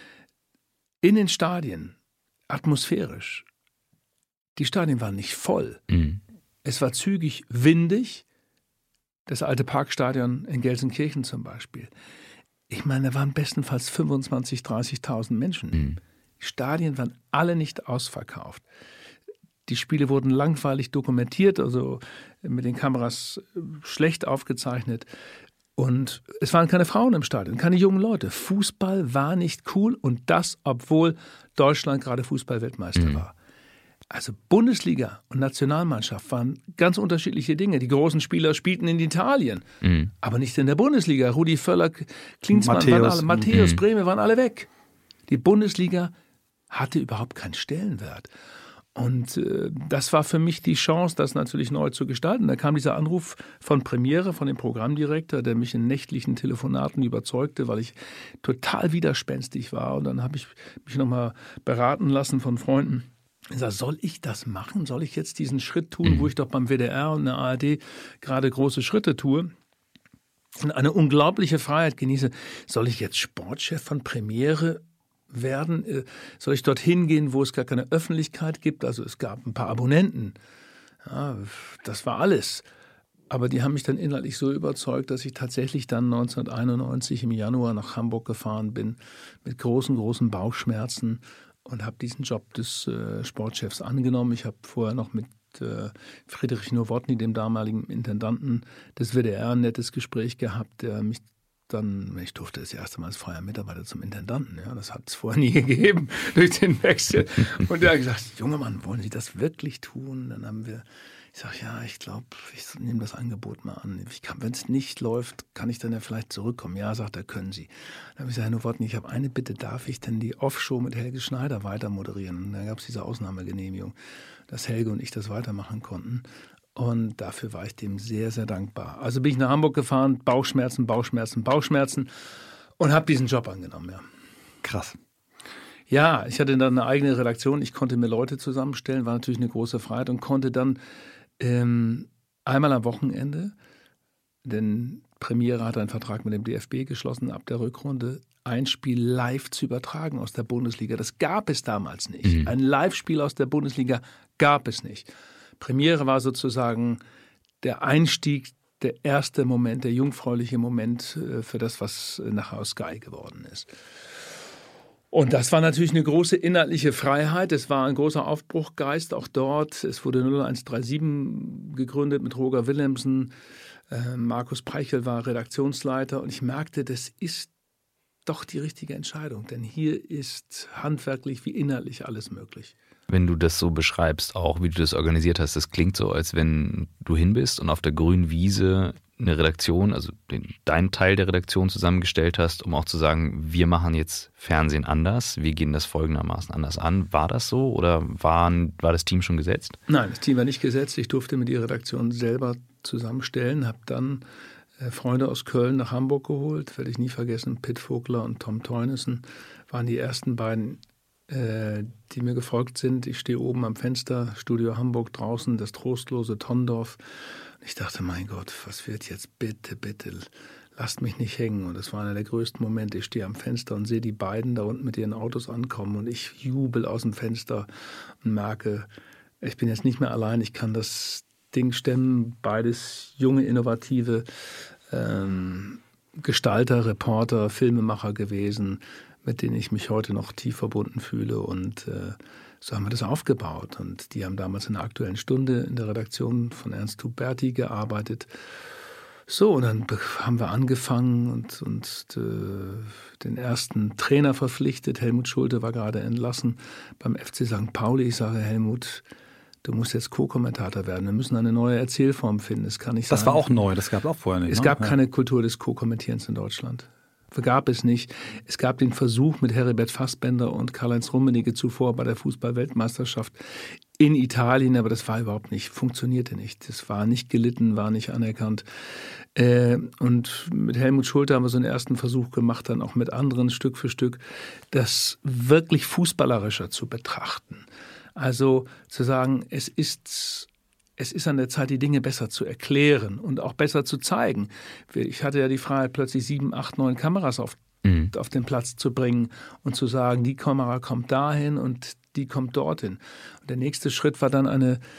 In den Stadien, atmosphärisch, die Stadien waren nicht voll. Mhm. Es war zügig, windig. Das alte Parkstadion in Gelsenkirchen zum Beispiel. Ich meine, da waren bestenfalls fünfundzwanzigtausend, dreißigtausend Menschen. Mhm. Die Stadien waren alle nicht ausverkauft. Die Spiele wurden langweilig dokumentiert, also mit den Kameras schlecht aufgezeichnet. Und es waren keine Frauen im Stadion, keine jungen Leute. Fußball war nicht cool und das, obwohl Deutschland gerade Fußball-Weltmeister mhm. war. Also Bundesliga und Nationalmannschaft waren ganz unterschiedliche Dinge. Die großen Spieler spielten in Italien, mhm. aber nicht in der Bundesliga. Rudi Völler, Klinsmann, Matthäus, waren alle, Matthäus, mhm. Brehme waren alle weg. Die Bundesliga hatte überhaupt keinen Stellenwert. Und äh, das war für mich die Chance, das natürlich neu zu gestalten. Da kam dieser Anruf von Premiere, von dem Programmdirektor, der mich in nächtlichen Telefonaten überzeugte, weil ich total widerspenstig war. Und dann habe ich mich nochmal beraten lassen von Freunden. Ich sage, soll ich das machen? Soll ich jetzt diesen Schritt tun, wo ich doch beim W D R und der A R D gerade große Schritte tue und eine unglaubliche Freiheit genieße? Soll ich jetzt Sportchef von Premiere werden? Soll ich dorthin gehen, wo es gar keine Öffentlichkeit gibt? Also es gab ein paar Abonnenten. Ja, das war alles. Aber die haben mich dann inhaltlich so überzeugt, dass ich tatsächlich dann neunzehnhunderteinundneunzig im Januar nach Hamburg gefahren bin mit großen, großen Bauchschmerzen und habe diesen Job des äh, Sportchefs angenommen. Ich habe vorher noch mit äh, Friedrich Nowotny, dem damaligen Intendanten des W D R, ein nettes Gespräch gehabt, der mich dann, ich durfte das erste Mal als freier Mitarbeiter zum Intendanten, ja, das hat es vorher nie gegeben, durch den Wechsel. Und der hat gesagt, junger Mann, wollen Sie das wirklich tun? Dann haben wir, ich sage, ja, ich glaube, ich nehme das Angebot mal an. Wenn es nicht läuft, kann ich dann ja vielleicht zurückkommen. Ja, sagt er, können Sie. Dann habe ich gesagt, Herr Nowotny, ich habe eine Bitte, darf ich denn die Offshow mit Helge Schneider weiter moderieren? Und dann gab es diese Ausnahmegenehmigung, dass Helge und ich das weitermachen konnten. Und dafür war ich dem sehr, sehr dankbar. Also bin ich nach Hamburg gefahren, Bauchschmerzen, Bauchschmerzen, Bauchschmerzen und habe diesen Job angenommen, ja.
Krass.
Ja, ich hatte dann eine eigene Redaktion, ich konnte mir Leute zusammenstellen, war natürlich eine große Freiheit und konnte dann ähm, einmal am Wochenende, denn Premiere hatte einen Vertrag mit dem D F B geschlossen, ab der Rückrunde ein Spiel live zu übertragen aus der Bundesliga. Das gab es damals nicht. Mhm. Ein Live-Spiel aus der Bundesliga gab es nicht. Premiere war sozusagen der Einstieg, der erste Moment, der jungfräuliche Moment für das, was nachher aus Sky geworden ist. Und das war natürlich eine große inhaltliche Freiheit. Es war ein großer Aufbruchgeist auch dort. Es wurde null eins drei sieben gegründet mit Roger Willemsen. Markus Preichel war Redaktionsleiter. Und ich merkte, das ist doch die richtige Entscheidung. Denn hier ist handwerklich wie inhaltlich alles möglich.
Wenn du das so beschreibst, auch wie du das organisiert hast, das klingt so, als wenn du hin bist und auf der grünen Wiese eine Redaktion, also den, deinen Teil der Redaktion zusammengestellt hast, um auch zu sagen, wir machen jetzt Fernsehen anders, wir gehen das folgendermaßen anders an. War das so oder waren, war das Team schon gesetzt?
Nein, das Team war nicht gesetzt. Ich durfte mir die Redaktion selber zusammenstellen, habe dann äh, Freunde aus Köln nach Hamburg geholt, werde ich nie vergessen, Pitt Vogler und Tom Teunissen waren die ersten beiden, die mir gefolgt sind. Ich stehe oben am Fenster, Studio Hamburg draußen, das trostlose Tondorf. Ich dachte, mein Gott, was wird jetzt? Bitte, bitte, lasst mich nicht hängen. Und das war einer der größten Momente. Ich stehe am Fenster und sehe die beiden da unten mit ihren Autos ankommen und ich jubel aus dem Fenster und merke, ich bin jetzt nicht mehr allein, ich kann das Ding stemmen. Beides junge, innovative ähm, Gestalter, Reporter, Filmemacher gewesen, mit denen ich mich heute noch tief verbunden fühle. Und äh, so haben wir das aufgebaut. Und die haben damals in der Aktuellen Stunde in der Redaktion von Ernst Huberti gearbeitet. So, und dann haben wir angefangen und, und äh, den ersten Trainer verpflichtet. Helmut Schulte war gerade entlassen beim F C Sankt Pauli. Ich sage, Helmut, du musst jetzt Co-Kommentator werden. Wir müssen eine neue Erzählform finden. Es kann nicht
das
sein.
war auch neu, das gab es auch vorher nicht.
Es
ne?
gab
ja.
keine Kultur des Co-Kommentierens in Deutschland. Gab es nicht. Es gab den Versuch mit Heribert Fassbender und Karl-Heinz Rummenigge zuvor bei der Fußball-Weltmeisterschaft in Italien, aber das war überhaupt nicht, funktionierte nicht. Das war nicht gelitten, war nicht anerkannt. Äh, und mit Helmut Schulte haben wir so einen ersten Versuch gemacht, dann auch mit anderen Stück für Stück, das wirklich fußballerischer zu betrachten. Also zu sagen, es ist... Es ist an der Zeit, die Dinge besser zu erklären und auch besser zu zeigen. Ich hatte ja die Freiheit, plötzlich sieben, acht, neun Kameras auf, mhm. auf den Platz zu bringen und zu sagen, die Kamera kommt dahin und die kommt dorthin. Und der nächste Schritt war dann eine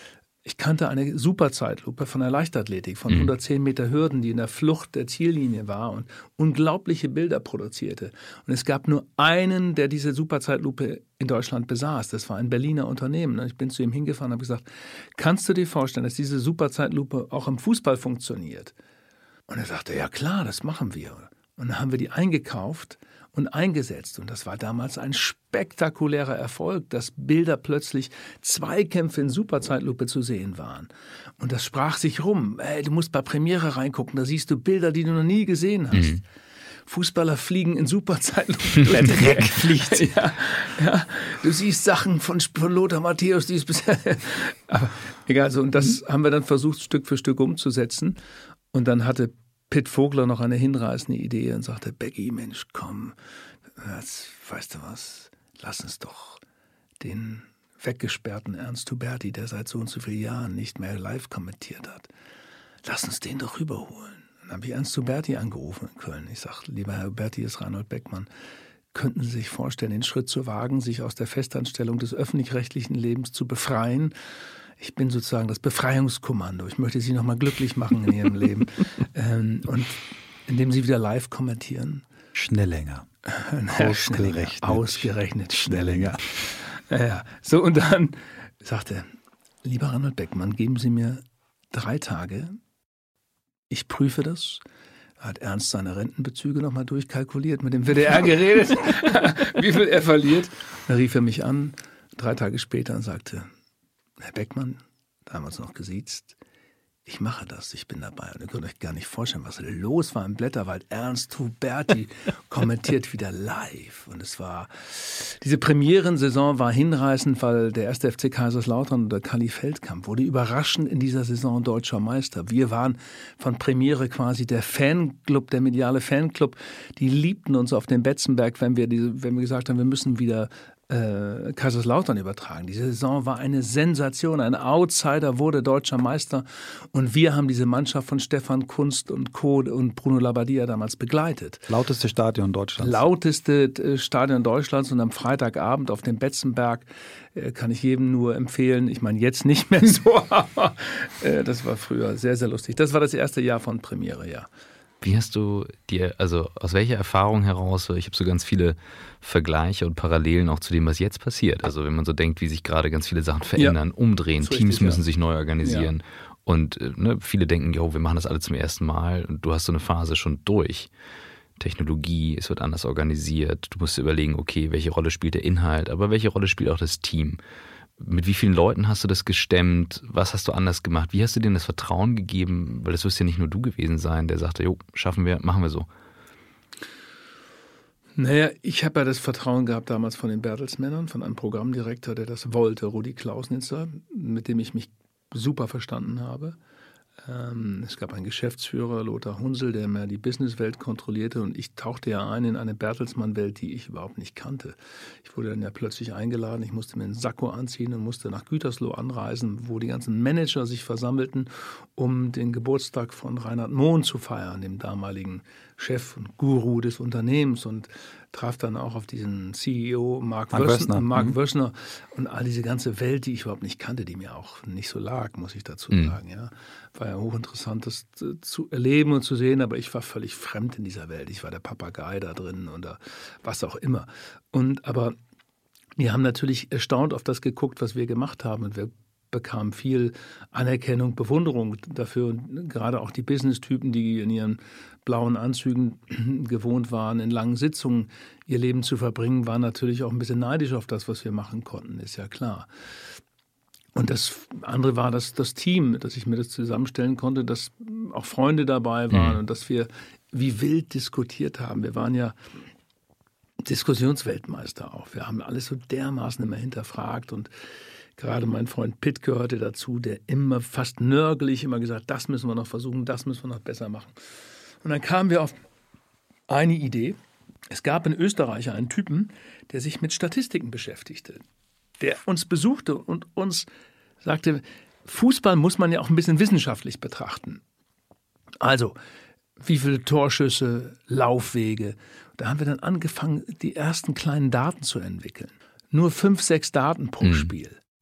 Ich kannte eine Superzeitlupe von der Leichtathletik, von hundertzehn Meter Hürden, die in der Flucht der Ziellinie war und unglaubliche Bilder produzierte. Und es gab nur einen, der diese Superzeitlupe in Deutschland besaß. Das war ein Berliner Unternehmen. Ich bin zu ihm hingefahren und habe gesagt, kannst du dir vorstellen, dass diese Superzeitlupe auch im Fußball funktioniert? Und er sagte, ja klar, das machen wir. Und dann haben wir die eingekauft und eingesetzt. Und das war damals ein spektakulärer Erfolg, dass Bilder plötzlich Zweikämpfe in Superzeitlupe zu sehen waren. Und das sprach sich rum. Ey, du musst bei Premiere reingucken, da siehst du Bilder, die du noch nie gesehen hast. Mhm. Fußballer fliegen in Superzeitlupe.
Der Dreck fliegt.
Ja, ja, du siehst Sachen von, von Lothar Matthäus, die es bisher... Aber egal, so, und das haben wir dann versucht, Stück für Stück umzusetzen. Und dann hatte Pitt Vogler noch eine hinreißende Idee und sagte, Becky, Mensch, komm, jetzt, weißt du was, lass uns doch den weggesperrten Ernst Huberti, der seit so und so vielen Jahren nicht mehr live kommentiert hat, lass uns den doch rüberholen. Dann habe ich Ernst Huberti angerufen in Köln. Ich sage, lieber Herr Huberti, ist Reinhold Beckmann, könnten Sie sich vorstellen, den Schritt zu wagen, sich aus der Festanstellung des öffentlich-rechtlichen Lebens zu befreien? Ich bin sozusagen das Befreiungskommando. Ich möchte Sie noch mal glücklich machen in Ihrem Leben. ähm, und indem Sie wieder live kommentieren.
Schnellinger.
Ausgerechnet. Ausgerechnet Schnellinger. Ja, so, und dann sagte er, lieber Reinhold Beckmann, geben Sie mir drei Tage. Ich prüfe das. Er hat Ernst seine Rentenbezüge noch mal durchkalkuliert, mit dem W D R geredet, wie viel er verliert. Dann rief er mich an, drei Tage später, und sagte, Herr Beckmann, damals noch gesiezt, ich mache das, ich bin dabei. Und ihr könnt euch gar nicht vorstellen, was los war im Blätterwald. Ernst Huberti kommentiert wieder live. Und es war, diese Premierensaison war hinreißend, weil der erste F C Kaiserslautern und der Kalli Feldkamp wurde überraschend in dieser Saison deutscher Meister. Wir waren von Premiere quasi der Fanclub, der mediale Fanclub. Die liebten uns auf dem Betzenberg, wenn wir, diese, wenn wir gesagt haben, wir müssen wieder Äh, Kaiserslautern übertragen. Diese Saison war eine Sensation. Ein Outsider wurde deutscher Meister und wir haben diese Mannschaft von Stefan Kunst und Co. und Bruno Labbadia damals begleitet.
Lauteste Stadion Deutschlands.
Lauteste äh, Stadion Deutschlands und am Freitagabend auf dem Betzenberg äh, kann ich jedem nur empfehlen. Ich meine, jetzt nicht mehr so, aber äh, das war früher sehr, sehr lustig. Das war das erste Jahr von Premiere, ja.
Wie hast du dir, also aus welcher Erfahrung heraus, ich habe so ganz viele Vergleiche und Parallelen auch zu dem, was jetzt passiert. Also wenn man so denkt, wie sich gerade ganz viele Sachen verändern, ja, umdrehen, Teams richtig, müssen ja. sich neu organisieren. Ja. Und ne, viele denken, jo, wir machen das alle zum ersten Mal. Und du hast so eine Phase schon durch. Technologie, es wird anders organisiert. Du musst dir überlegen, okay, welche Rolle spielt der Inhalt, aber welche Rolle spielt auch das Team? Mit wie vielen Leuten hast du das gestemmt? Was hast du anders gemacht? Wie hast du denen das Vertrauen gegeben? Weil das wirst ja nicht nur du gewesen sein, der sagte, jo, schaffen wir, machen wir so.
Naja, ich habe ja das Vertrauen gehabt damals von den Bertelsmännern, von einem Programmdirektor, der das wollte, Rudi Klausnitzer, mit dem ich mich super verstanden habe. Ähm, es gab einen Geschäftsführer, Lothar Hunsel, der mehr die Businesswelt kontrollierte und ich tauchte ja ein in eine Bertelsmann-Welt, die ich überhaupt nicht kannte. Ich wurde dann ja plötzlich eingeladen, ich musste mir einen Sakko anziehen und musste nach Gütersloh anreisen, wo die ganzen Manager sich versammelten, um den Geburtstag von Reinhard Mohn zu feiern, dem damaligen Chef und Guru des Unternehmens, und traf dann auch auf diesen C E O Mark, Mark Wössner, Mark mhm. Wössner und all diese ganze Welt, die ich überhaupt nicht kannte, die mir auch nicht so lag, muss ich dazu mhm. sagen. Ja. War ja hochinteressant, das zu erleben und zu sehen, aber ich war völlig fremd in dieser Welt. Ich war der Papagei da drin oder was auch immer. Und aber die haben natürlich erstaunt auf das geguckt, was wir gemacht haben, und wir bekamen viel Anerkennung, Bewunderung dafür. Und gerade auch die Business-Typen, die in ihren blauen Anzügen gewohnt waren, in langen Sitzungen ihr Leben zu verbringen, waren natürlich auch ein bisschen neidisch auf das, was wir machen konnten, ist ja klar. Und das andere war das, das Team, dass ich mir das zusammenstellen konnte, dass auch Freunde dabei waren mhm. und dass wir wie wild diskutiert haben. Wir waren ja Diskussionsweltmeister auch. Wir haben alles so dermaßen immer hinterfragt, und gerade mein Freund Pitt gehörte dazu, der immer fast nörgelig immer gesagt, das müssen wir noch versuchen, das müssen wir noch besser machen. Und dann kamen wir auf eine Idee. Es gab in Österreich einen Typen, der sich mit Statistiken beschäftigte, der uns besuchte und uns sagte, Fußball muss man ja auch ein bisschen wissenschaftlich betrachten. Also, wie viele Torschüsse, Laufwege. Da haben wir dann angefangen, die ersten kleinen Daten zu entwickeln. Nur fünf, sechs Daten pro mhm. Spiel.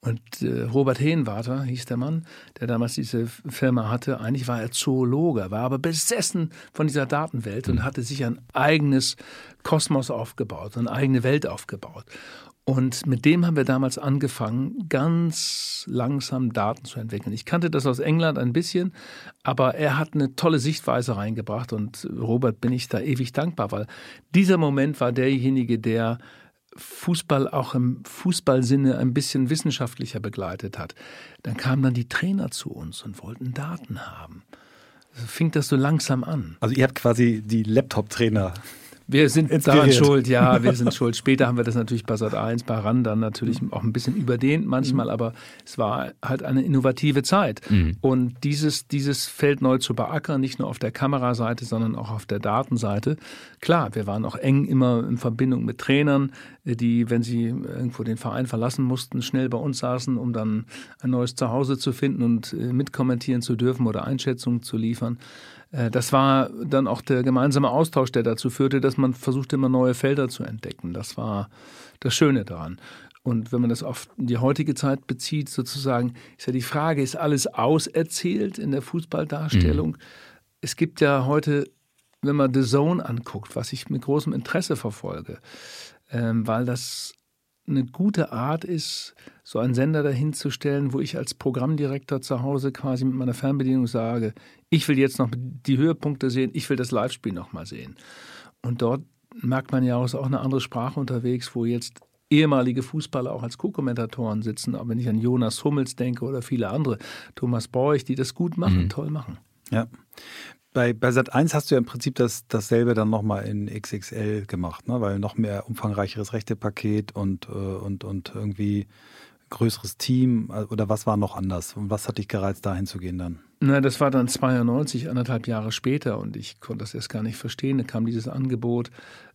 Und äh, Robert Henwarter hieß der Mann, der damals diese Firma hatte. Eigentlich war er Zoologe, war aber besessen von dieser Datenwelt und hatte sich ein eigenes Kosmos aufgebaut, eine eigene Welt aufgebaut. Und mit dem haben wir damals angefangen, ganz langsam Daten zu entwickeln. Ich kannte das aus England ein bisschen, aber er hat eine tolle Sichtweise reingebracht und Robert bin ich da ewig dankbar, weil dieser Moment war derjenige, der Fußball auch im Fußballsinne ein bisschen wissenschaftlicher begleitet hat. Dann kamen dann die Trainer zu uns und wollten Daten haben. Also fing das so langsam an.
Also ihr habt quasi die Laptop-Trainer
Wir sind
inspiriert.
daran schuld, ja, wir sind schuld. Später haben wir das natürlich bei Sat eins, bei RAN dann natürlich auch ein bisschen überdehnt manchmal, aber es war halt eine innovative Zeit. Mhm. Und dieses, dieses Feld neu zu beackern, nicht nur auf der Kameraseite, sondern auch auf der Datenseite. Klar, wir waren auch eng immer in Verbindung mit Trainern, die, wenn sie irgendwo den Verein verlassen mussten, schnell bei uns saßen, um dann ein neues Zuhause zu finden und mitkommentieren zu dürfen oder Einschätzungen zu liefern. Das war dann auch der gemeinsame Austausch, der dazu führte, dass man versuchte, immer neue Felder zu entdecken. Das war das Schöne daran. Und wenn man das auf die heutige Zeit bezieht, sozusagen, ist ja die Frage, ist alles auserzählt in der Fußballdarstellung? Mhm. Es gibt ja heute, wenn man The Zone anguckt, was ich mit großem Interesse verfolge, ähm, weil das eine gute Art ist, so einen Sender dahinzustellen, wo ich als Programmdirektor zu Hause quasi mit meiner Fernbedienung sage, ich will jetzt noch die Höhepunkte sehen, ich will das Live-Spiel noch mal sehen. Und dort merkt man ja auch, ist auch eine andere Sprache unterwegs, wo jetzt ehemalige Fußballer auch als Co-Kommentatoren sitzen, aber wenn ich an Jonas Hummels denke oder viele andere, Thomas Beuch, die das gut machen, mhm. toll machen.
Ja. Bei, bei Sat eins hast du ja im Prinzip das, dasselbe dann nochmal in X X L gemacht, ne? Weil noch mehr umfangreicheres Rechtepaket und, und, und irgendwie größeres Team. Oder was war noch anders? Und was hat dich gereizt, dahin zu gehen dann?
Na, das war dann zweiundneunzig, anderthalb Jahre später und ich konnte das erst gar nicht verstehen. Da kam dieses Angebot,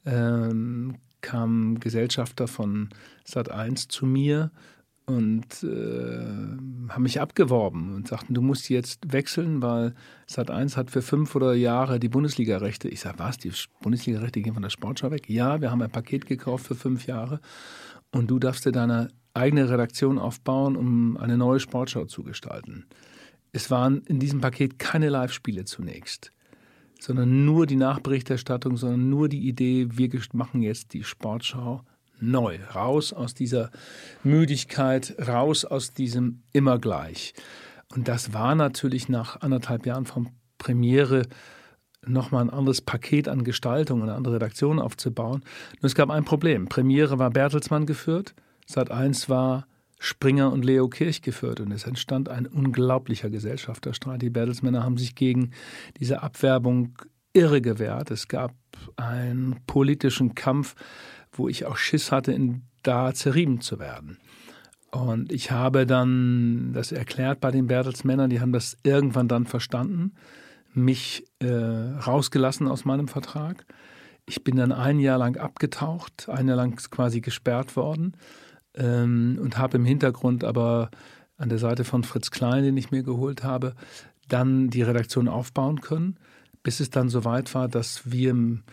ähm, kam Gesellschafter von Sat eins zu mir und äh, haben mich abgeworben und sagten, du musst jetzt wechseln, weil Sat eins hat für fünf oder Jahre die Bundesliga-Rechte. Ich sage, was, die Bundesliga-Rechte gehen von der Sportschau weg? Ja, wir haben ein Paket gekauft für fünf Jahre und du darfst dir deine eigene Redaktion aufbauen, um eine neue Sportschau zu gestalten. Es waren in diesem Paket keine Live-Spiele zunächst, sondern nur die Nachberichterstattung, sondern nur die Idee, wir machen jetzt die Sportschau neu, raus aus dieser Müdigkeit, raus aus diesem immer gleich. Und das war natürlich nach anderthalb Jahren von Premiere nochmal ein anderes Paket an Gestaltung, eine andere Redaktion aufzubauen. Nur es gab ein Problem. Premiere war Bertelsmann geführt, Sat eins war Springer und Leo Kirch geführt und es entstand ein unglaublicher Gesellschafterstreit. Die Bertelsmänner haben sich gegen diese Abwerbung irre gewehrt. Es gab einen politischen Kampf, wo ich auch Schiss hatte, in, da zerrieben zu werden. Und ich habe dann das erklärt bei den Bertelsmännern, die haben das irgendwann dann verstanden, mich äh, rausgelassen aus meinem Vertrag. Ich bin dann ein Jahr lang abgetaucht, ein Jahr lang quasi gesperrt worden ähm, und habe im Hintergrund aber an der Seite von Fritz Klein, den ich mir geholt habe, dann die Redaktion aufbauen können, bis es dann soweit war, dass wir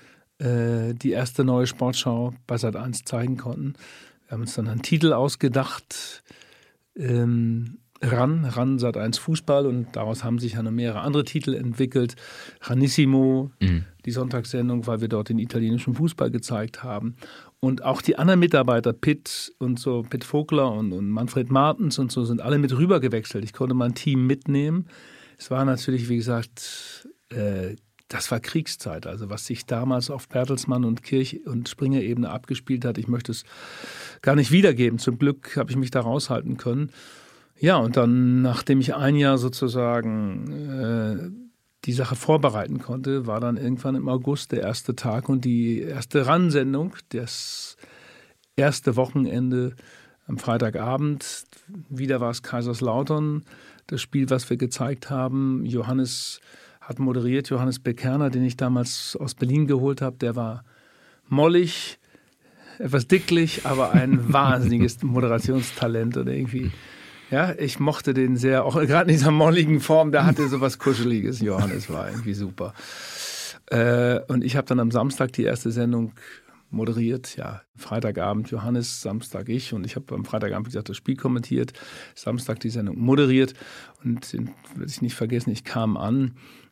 äh, die erste neue Sportschau bei Sat eins zeigen konnten. Wir haben uns dann einen Titel ausgedacht, ähm, RAN, RAN Sat eins Fußball, und daraus haben sich ja noch mehrere andere Titel entwickelt. Ranissimo, mhm. die Sonntagssendung, weil wir dort den italienischen Fußball gezeigt haben. Und auch die anderen Mitarbeiter, Pitt und so, Pitt Vogler und, und Manfred Martens und so, sind alle mit rüber gewechselt. Ich konnte mein Team mitnehmen. Es war natürlich, wie gesagt, äh, das war Kriegszeit. Also was sich damals auf Bertelsmann und Kirch- und Springer-Ebene abgespielt hat, ich möchte es gar nicht wiedergeben. Zum Glück habe ich mich da raushalten können. Ja, und dann, nachdem ich ein Jahr sozusagen äh, die Sache vorbereiten konnte, war dann irgendwann im August der erste Tag und die erste RAN-Sendung, das erste Wochenende am Freitagabend. Wieder war es Kaiserslautern, das Spiel, was wir gezeigt haben. Johannes hat moderiert, Johannes Bekerner, den ich damals aus Berlin geholt habe. Der war mollig, etwas dicklich, aber ein wahnsinniges Moderationstalent und irgendwie... Ja, ich mochte den sehr, auch gerade in dieser molligen Form, der hatte so was Kuscheliges. Johannes war irgendwie super. Äh, und ich habe dann am Samstag die erste Sendung moderiert, ja, Freitagabend Johannes, Samstag ich und ich habe am Freitagabend, wie gesagt, das Spiel kommentiert, Samstag die Sendung moderiert und den werde ich nicht vergessen, ich kam an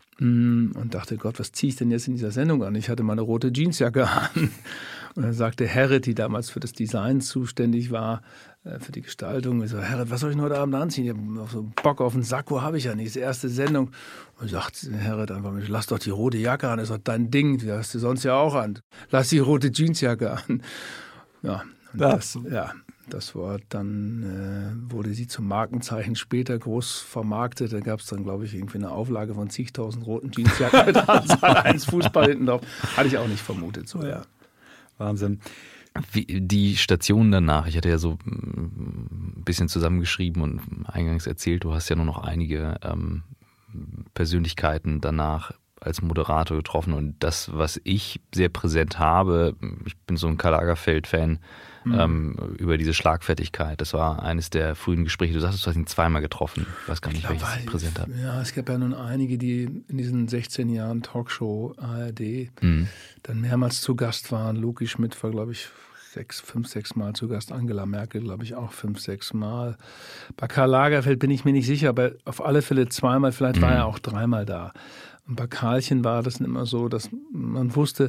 und dachte, Gott, was ziehe ich denn jetzt in dieser Sendung an? Ich hatte meine rote Jeansjacke an. Und dann sagte Herret, die damals für das Design zuständig war, für die Gestaltung, ich so, Herret, was soll ich denn heute Abend anziehen? Ich habe so Bock auf einen Sakko, habe ich ja nicht. Das ist die erste Sendung. Und sagt Herret einfach, lass doch die rote Jacke an, das ist doch dein Ding, die hast du sonst ja auch an. Lass die rote Jeansjacke an. Ja, und ja. das, ja. Das war dann, äh, wurde sie zum Markenzeichen später groß vermarktet. Da gab es dann, glaube ich, irgendwie eine Auflage von zigtausend roten Jeansjacken mit Anzahl eins Fußball hinten drauf. Hatte ich auch nicht vermutet, so, ja.
Wahnsinn.
Wie, die Stationen danach, ich hatte ja so ein bisschen zusammengeschrieben und eingangs erzählt, du hast ja nur noch einige ähm, Persönlichkeiten danach als Moderator getroffen und das, was ich sehr präsent habe, ich bin so ein Karl Lagerfeld-Fan, mhm. ähm, über diese Schlagfertigkeit, das war eines der frühen Gespräche, du sagst, du hast ihn zweimal getroffen, ich weiß gar nicht, welches ich präsent habe.
Ja, es gab ja nun einige, die in diesen sechzehn Jahren Talkshow A R D mhm. dann mehrmals zu Gast waren. Luki Schmidt war, glaube ich, sechs, fünf, sechs Mal zu Gast, Angela Merkel, glaube ich, auch fünf, sechs Mal. Bei Karl Lagerfeld bin ich mir nicht sicher, aber auf alle Fälle zweimal, vielleicht mhm. war er auch dreimal da. Und bei Karlchen war das immer so, dass man wusste,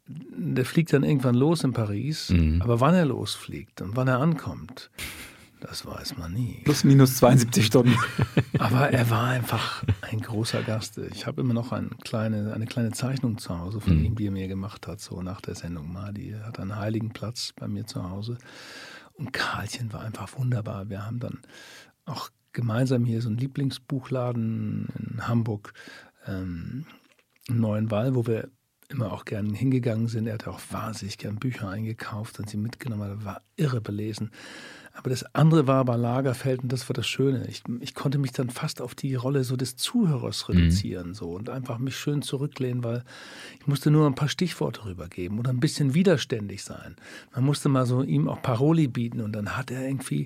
der fliegt dann irgendwann los in Paris, mhm. aber wann er losfliegt und wann er ankommt, das weiß man nie.
Plus minus zweiundsiebzig Stunden.
Aber er war einfach ein großer Gast. Ich habe immer noch eine kleine, eine kleine Zeichnung zu Hause von mhm. ihm, die er mir gemacht hat, so nach der Sendung mal. Die hat einen heiligen Platz bei mir zu Hause. Und Karlchen war einfach wunderbar. Wir haben dann auch gemeinsam hier so einen Lieblingsbuchladen in Hamburg, ähm, im Neuen Wall, wo wir immer auch gern hingegangen sind. Er hat auch wahnsinnig gern Bücher eingekauft und sie mitgenommen. Er war irre belesen. Aber das andere war bei Lagerfeld und das war das Schöne. Ich, ich konnte mich dann fast auf die Rolle so des Zuhörers reduzieren mhm. so und einfach mich schön zurücklehnen, weil ich musste nur ein paar Stichworte rübergeben oder ein bisschen widerständig sein. Man musste mal so ihm auch Paroli bieten und dann hat er irgendwie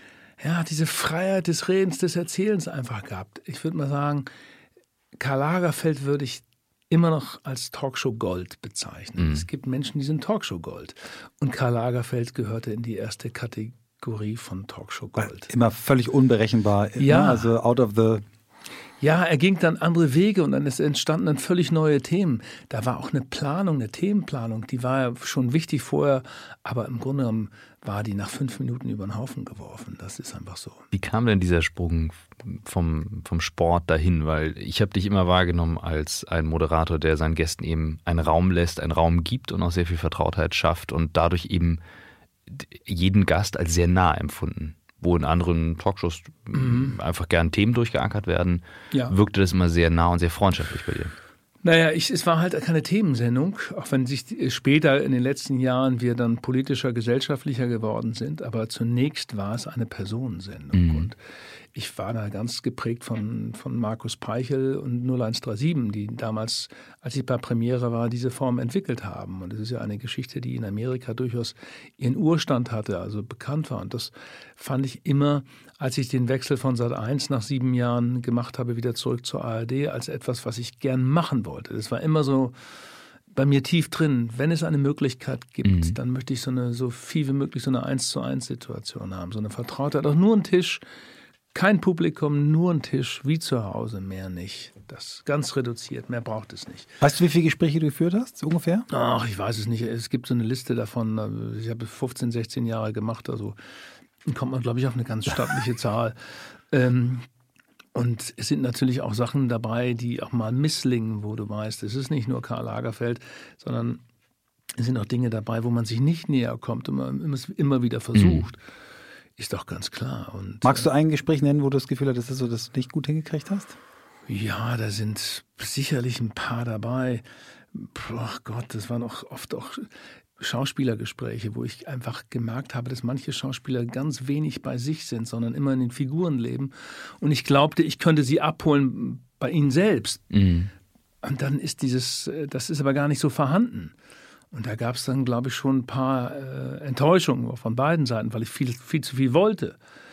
ja diese Freiheit des Redens, des Erzählens einfach gehabt. Ich würde mal sagen, Karl Lagerfeld würde ich immer noch als Talkshow Gold bezeichnen. Mhm. Es gibt Menschen, die sind Talkshow Gold. Und Karl Lagerfeld gehörte in die erste Kategorie von Talkshow Gold.
Immer völlig unberechenbar.
Ja.
Ne? Also out of the...
Ja, er ging dann andere Wege und dann entstanden dann völlig neue Themen. Da war auch eine Planung, eine Themenplanung, die war ja schon wichtig vorher, aber im Grunde genommen war die nach fünf Minuten über den Haufen geworfen. Das ist einfach so.
Wie kam denn dieser Sprung vom, vom Sport dahin? Weil ich habe dich immer wahrgenommen als ein Moderator, der seinen Gästen eben einen Raum lässt, einen Raum gibt und auch sehr viel Vertrautheit schafft und dadurch eben jeden Gast als sehr nah empfunden. Wo in anderen Talkshows mhm. einfach gern Themen durchgeackert werden, ja. wirkte das immer sehr nah und sehr freundschaftlich bei dir.
Naja, ich, es war halt keine Themensendung, auch wenn sich später in den letzten Jahren wir dann politischer, gesellschaftlicher geworden sind. Aber zunächst war es eine Personensendung. Mhm. Und ich war da ganz geprägt von, von Markus Peichel und null eins drei sieben, die damals, als ich bei Premiere war, diese Form entwickelt haben. Und das ist ja eine Geschichte, die in Amerika durchaus ihren Urstand hatte, also bekannt war. Und das fand ich immer, als ich den Wechsel von Sat eins nach sieben Jahren gemacht habe, wieder zurück zur A R D, als etwas, was ich gern machen wollte. Das war immer so bei mir tief drin. Wenn es eine Möglichkeit gibt, mhm. dann möchte ich so eine, so viel wie möglich so eine eins zu eins Situation haben. So eine Vertrautheit, auch nur ein Tisch, kein Publikum, nur ein Tisch, wie zu Hause, mehr nicht. Das ganz reduziert, mehr braucht es nicht.
Weißt du, wie viele Gespräche du geführt hast, ungefähr?
Ach, ich weiß es nicht. Es gibt so eine Liste davon. Ich habe fünfzehn, sechzehn Jahre gemacht, also kommt man, glaube ich, auf eine ganz stattliche Zahl. Ähm, und es sind natürlich auch Sachen dabei, die auch mal misslingen, wo du weißt, es ist nicht nur Karl Lagerfeld, sondern es sind auch Dinge dabei, wo man sich nicht näher kommt und man es immer wieder versucht. Mhm. Ist doch ganz klar. Und,
magst du ein Gespräch nennen, wo du das Gefühl hattest, dass du das nicht gut hingekriegt hast?
Ja, da sind sicherlich ein paar dabei. Ach Gott, das waren auch oft auch Schauspielergespräche, wo ich einfach gemerkt habe, dass manche Schauspieler ganz wenig bei sich sind, sondern immer in den Figuren leben. Und ich glaubte, ich könnte sie abholen bei ihnen selbst. Mhm. Und dann ist dieses, das ist aber gar nicht so vorhanden. Und da gab es dann, glaube ich, schon ein paar äh, Enttäuschungen von beiden Seiten, weil ich viel, viel zu viel wollte.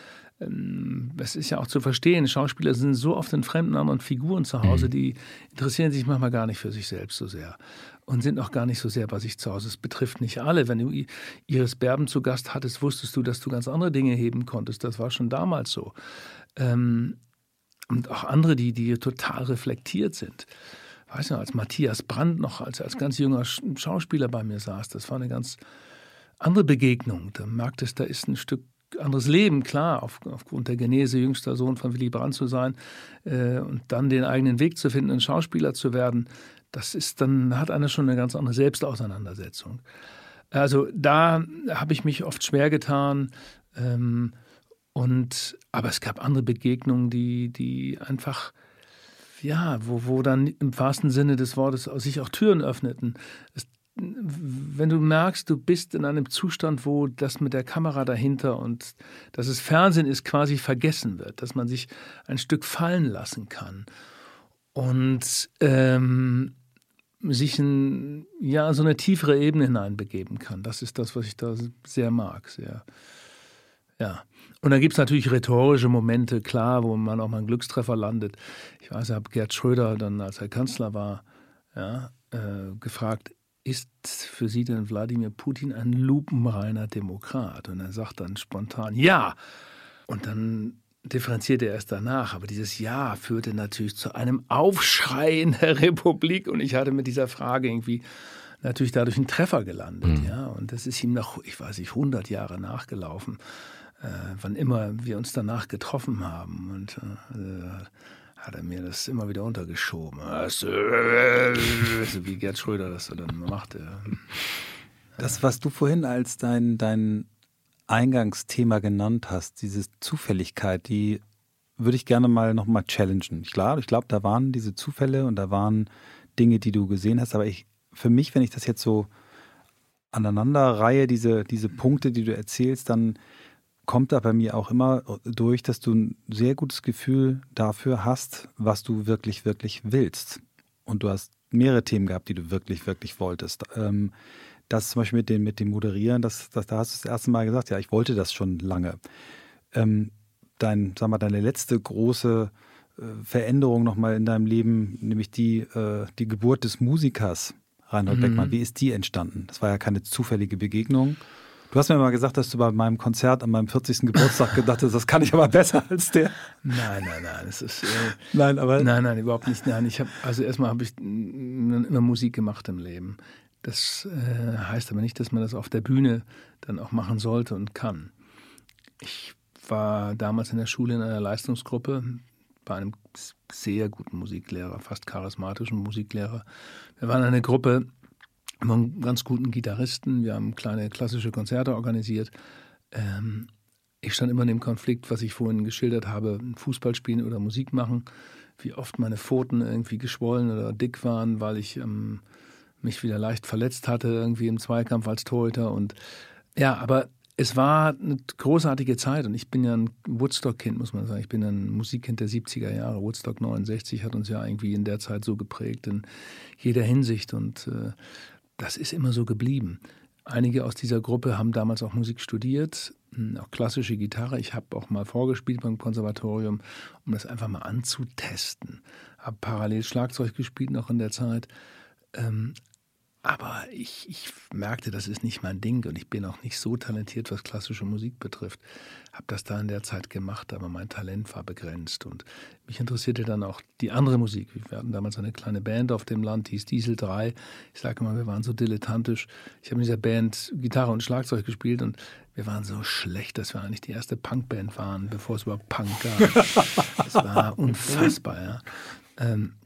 Ähm, das ist ja auch zu verstehen. Schauspieler sind so oft in fremden anderen Figuren zu Hause, die interessieren sich manchmal gar nicht für sich selbst so sehr. und sind auch gar nicht so sehr bei sich zu Hause. Es betrifft nicht alle. Wenn du Iris Berben zu Gast hattest, wusstest du, dass du ganz andere Dinge heben konntest. Das war schon damals so. Ähm, und auch andere, die, die total reflektiert sind. Weiß noch, als Matthias Brandt noch als, als ganz junger Schauspieler bei mir saß, das war eine ganz andere Begegnung. Da merktest, da ist ein Stück anderes Leben, klar, auf, aufgrund der Genese, jüngster Sohn von Willy Brandt zu sein äh, und dann den eigenen Weg zu finden, ein Schauspieler zu werden, das ist, dann hat einer schon eine ganz andere Selbstauseinandersetzung. Also da habe ich mich oft schwer getan, ähm, und, aber es gab andere Begegnungen, die, die einfach, ja, wo, wo dann im wahrsten Sinne des Wortes sich auch Türen öffneten. Es, wenn du merkst, du bist in einem Zustand, wo das mit der Kamera dahinter und dass es Fernsehen ist, quasi vergessen wird, dass man sich ein Stück fallen lassen kann und ähm, sich in ja, so eine tiefere Ebene hineinbegeben kann. Das ist das, was ich da sehr mag. Sehr, ja. Und dann gibt es natürlich rhetorische Momente, klar, wo man auch mal einen Glückstreffer landet. Ich weiß, ich habe Gerd Schröder dann, als er Kanzler war, ja, äh, gefragt, ist für Sie denn Wladimir Putin ein lupenreiner Demokrat? Und er sagt dann spontan, ja. Und dann differenziert er erst danach. Aber dieses Ja führte natürlich zu einem Aufschrei in der Republik. Und ich hatte mit dieser Frage irgendwie natürlich dadurch einen Treffer gelandet. Mhm. Ja. Und das ist ihm noch, ich weiß nicht, hundert Jahre nachgelaufen, äh, wann immer wir uns danach getroffen haben. Und äh, hat er mir das immer wieder untergeschoben. So wie Gerd Schröder das so dann machte.
Das, was du vorhin als dein, dein Eingangsthema genannt hast, diese Zufälligkeit, die würde ich gerne mal nochmal challengen. Ich glaube, ich glaube, da waren diese Zufälle und da waren Dinge, die du gesehen hast, aber ich, für mich, wenn ich das jetzt so aneinander reihe, diese, diese Punkte, die du erzählst, dann kommt da bei mir auch immer durch, dass du ein sehr gutes Gefühl dafür hast, was du wirklich, wirklich willst. Und du hast mehrere Themen gehabt, die du wirklich, wirklich wolltest. Ähm, das zum Beispiel mit dem, mit dem Moderieren, das, das, da hast du das erste Mal gesagt, ja, ich wollte das schon lange. Ähm, dein, sag mal, deine letzte große äh, Veränderung nochmal in deinem Leben, nämlich die, äh, die Geburt des Musikers Reinhold mhm. Beckmann, wie ist die entstanden? Das war ja keine zufällige Begegnung. Du hast mir mal gesagt, dass du bei meinem Konzert an meinem vierzigsten Geburtstag gedacht hast, das kann ich aber besser als der.
Nein, nein, nein. Das ist, äh,
nein, aber
nein, nein, überhaupt nicht. Nein, ich habe, also erstmal habe ich immer Musik gemacht im Leben. Das äh, heißt aber nicht, dass man das auf der Bühne dann auch machen sollte und kann. Ich war damals in der Schule in einer Leistungsgruppe bei einem sehr guten Musiklehrer, fast charismatischen Musiklehrer. Wir waren eine Gruppe, wir haben einen ganz guten Gitarristen, wir haben kleine klassische Konzerte organisiert. Ähm, ich stand immer in dem Konflikt, was ich vorhin geschildert habe, Fußball spielen oder Musik machen, wie oft meine Pfoten irgendwie geschwollen oder dick waren, weil ich ähm, mich wieder leicht verletzt hatte, irgendwie im Zweikampf als Torhüter. Und ja, aber es war eine großartige Zeit und ich bin ja ein Woodstock-Kind, muss man sagen. Ich bin ein Musikkind der siebziger Jahre. Woodstock neunundsechzig hat uns ja irgendwie in der Zeit so geprägt in jeder Hinsicht und äh, das ist immer so geblieben. Einige aus dieser Gruppe haben damals auch Musik studiert, auch klassische Gitarre. Ich habe auch mal vorgespielt beim Konservatorium, um das einfach mal anzutesten. Habe parallel Schlagzeug gespielt noch in der Zeit. Ähm, aber ich, ich merkte, das ist nicht mein Ding und ich bin auch nicht so talentiert, was klassische Musik betrifft. Habe das da in der Zeit gemacht, aber mein Talent war begrenzt und mich interessierte dann auch die andere Musik. Wir hatten damals eine kleine Band auf dem Land, die hieß Diesel drei. Ich sage mal, wir waren so dilettantisch. Ich habe in dieser Band Gitarre und Schlagzeug gespielt und wir waren so schlecht, dass wir eigentlich die erste Punkband waren, bevor es überhaupt Punk gab. Das war unfassbar, ja. Ähm,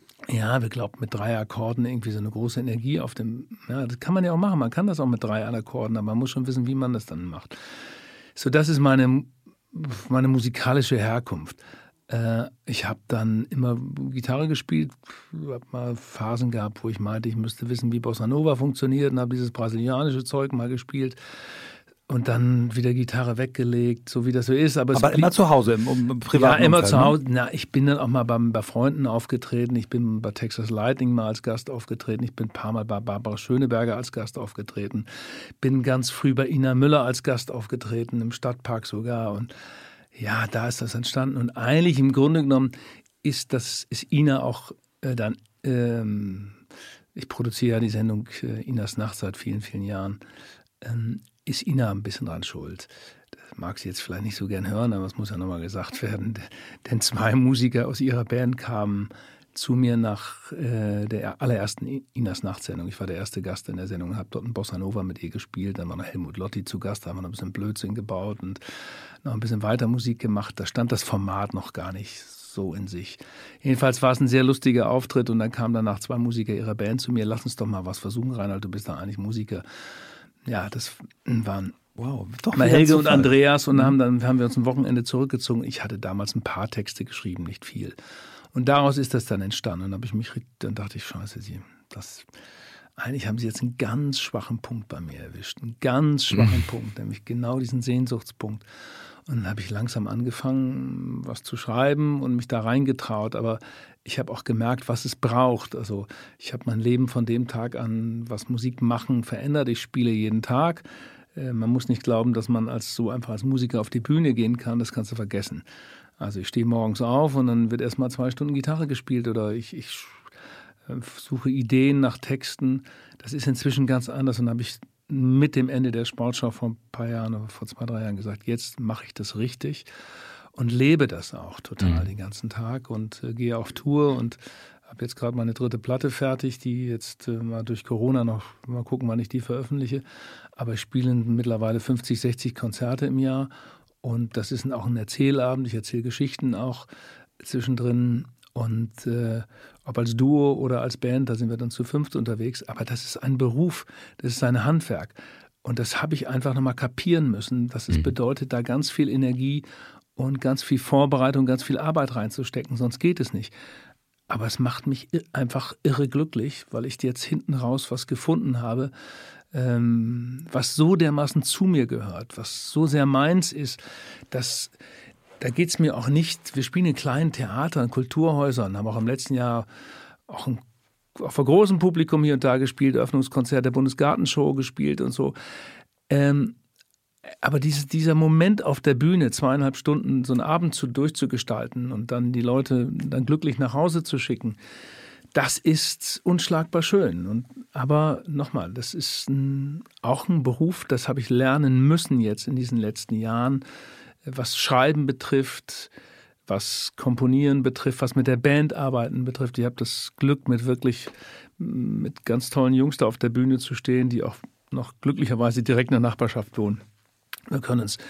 Ja, wir glaubten mit drei Akkorden irgendwie so eine große Energie auf dem, ja, das kann man ja auch machen, man kann das auch mit drei Akkorden, aber man muss schon wissen, wie man das dann macht. So, das ist meine, meine musikalische Herkunft. Äh, ich habe dann immer Gitarre gespielt, habe mal Phasen gehabt, wo ich meinte, ich müsste wissen, wie Bossa Nova funktioniert und habe dieses brasilianische Zeug mal gespielt. Und dann wieder Gitarre weggelegt, so wie das so ist. Aber,
aber
es
immer zu Hause, im, im privaten
Ja, immer
Umfeld,
zu Hause.
Ne?
Na, ich bin dann auch mal bei, bei Freunden aufgetreten. Ich bin bei Texas Lightning mal als Gast aufgetreten. Ich bin ein paar Mal bei Barbara Schöneberger als Gast aufgetreten. Bin ganz früh bei Ina Müller als Gast aufgetreten, im Stadtpark sogar. Und ja, da ist das entstanden. Und eigentlich im Grunde genommen ist, das, ist Ina auch äh, dann... Ähm, ich produziere ja die Sendung äh, Inas Nacht seit vielen, vielen Jahren, ähm, ist Ina ein bisschen dran schuld. Das mag sie jetzt vielleicht nicht so gern hören, aber es muss ja nochmal gesagt werden. Denn zwei Musiker aus ihrer Band kamen zu mir nach äh, der allerersten Inas Nacht-Sendung. Ich war der erste Gast in der Sendung und habe dort einen Bossa Nova mit ihr gespielt. Dann war noch Helmut Lotti zu Gast, da haben wir noch ein bisschen Blödsinn gebaut und noch ein bisschen weiter Musik gemacht. Da stand das Format noch gar nicht so in sich. Jedenfalls war es ein sehr lustiger Auftritt und dann kamen danach zwei Musiker ihrer Band zu mir. Lass uns doch mal was versuchen, Reinhard, du bist da eigentlich Musiker. Ja, das waren
wow, doch
mal Helge und Andreas und haben dann haben wir uns ein Wochenende zurückgezogen. Ich hatte damals ein paar Texte geschrieben, nicht viel. Und daraus ist das dann entstanden. Und dann, habe ich mich, dann dachte ich, scheiße, Sie, das, eigentlich haben Sie jetzt einen ganz schwachen Punkt bei mir erwischt. Einen ganz schwachen Punkt, nämlich genau diesen Sehnsuchtspunkt. Und dann habe ich langsam angefangen, was zu schreiben und mich da reingetraut. Aber ich habe auch gemerkt, was es braucht. Also ich habe mein Leben von dem Tag an, was Musik machen, verändert. Ich spiele jeden Tag. Man muss nicht glauben, dass man als so einfach als Musiker auf die Bühne gehen kann. Das kannst du vergessen. Also ich stehe morgens auf und dann wird erst mal zwei Stunden Gitarre gespielt oder ich, ich suche Ideen nach Texten. Das ist inzwischen ganz anders. Und dann habe ich mit dem Ende der Sportschau vor ein paar Jahren, oder vor zwei, drei Jahren gesagt, jetzt mache ich das richtig und lebe das auch total mhm. den ganzen Tag und äh, gehe auf Tour und habe jetzt gerade meine dritte Platte fertig, die jetzt äh, mal durch Corona noch, mal gucken, wann ich die veröffentliche. Aber ich spiele mittlerweile fünfzig, sechzig Konzerte im Jahr. Und das ist auch ein Erzählabend. Ich erzähle Geschichten auch zwischendrin. Und äh, ob als Duo oder als Band, da sind wir dann zu fünft unterwegs. Aber das ist ein Beruf, das ist ein Handwerk. Und das habe ich einfach nochmal kapieren müssen, dass es mhm. bedeutet, da ganz viel Energie und ganz viel Vorbereitung, ganz viel Arbeit reinzustecken. Sonst geht es nicht. Aber es macht mich einfach irre glücklich, weil ich jetzt hinten raus was gefunden habe, ähm, was so dermaßen zu mir gehört, was so sehr meins ist, dass da geht es mir auch nicht, wir spielen in kleinen Theatern, Kulturhäusern, haben auch im letzten Jahr auch, ein, auch vor großem Publikum hier und da gespielt, Eröffnungskonzert der Bundesgartenshow gespielt und so. Ähm, aber dieses, dieser Moment auf der Bühne, zweieinhalb Stunden so einen Abend zu, durchzugestalten und dann die Leute dann glücklich nach Hause zu schicken, das ist unschlagbar schön. Und, aber nochmal, das ist ein, auch ein Beruf, das habe ich lernen müssen jetzt in diesen letzten Jahren, was Schreiben betrifft, was Komponieren betrifft, was mit der Band arbeiten betrifft. Ich habe das Glück, mit wirklich mit ganz tollen Jungs da auf der Bühne zu stehen, die auch noch glücklicherweise direkt in der Nachbarschaft wohnen. Wir können uns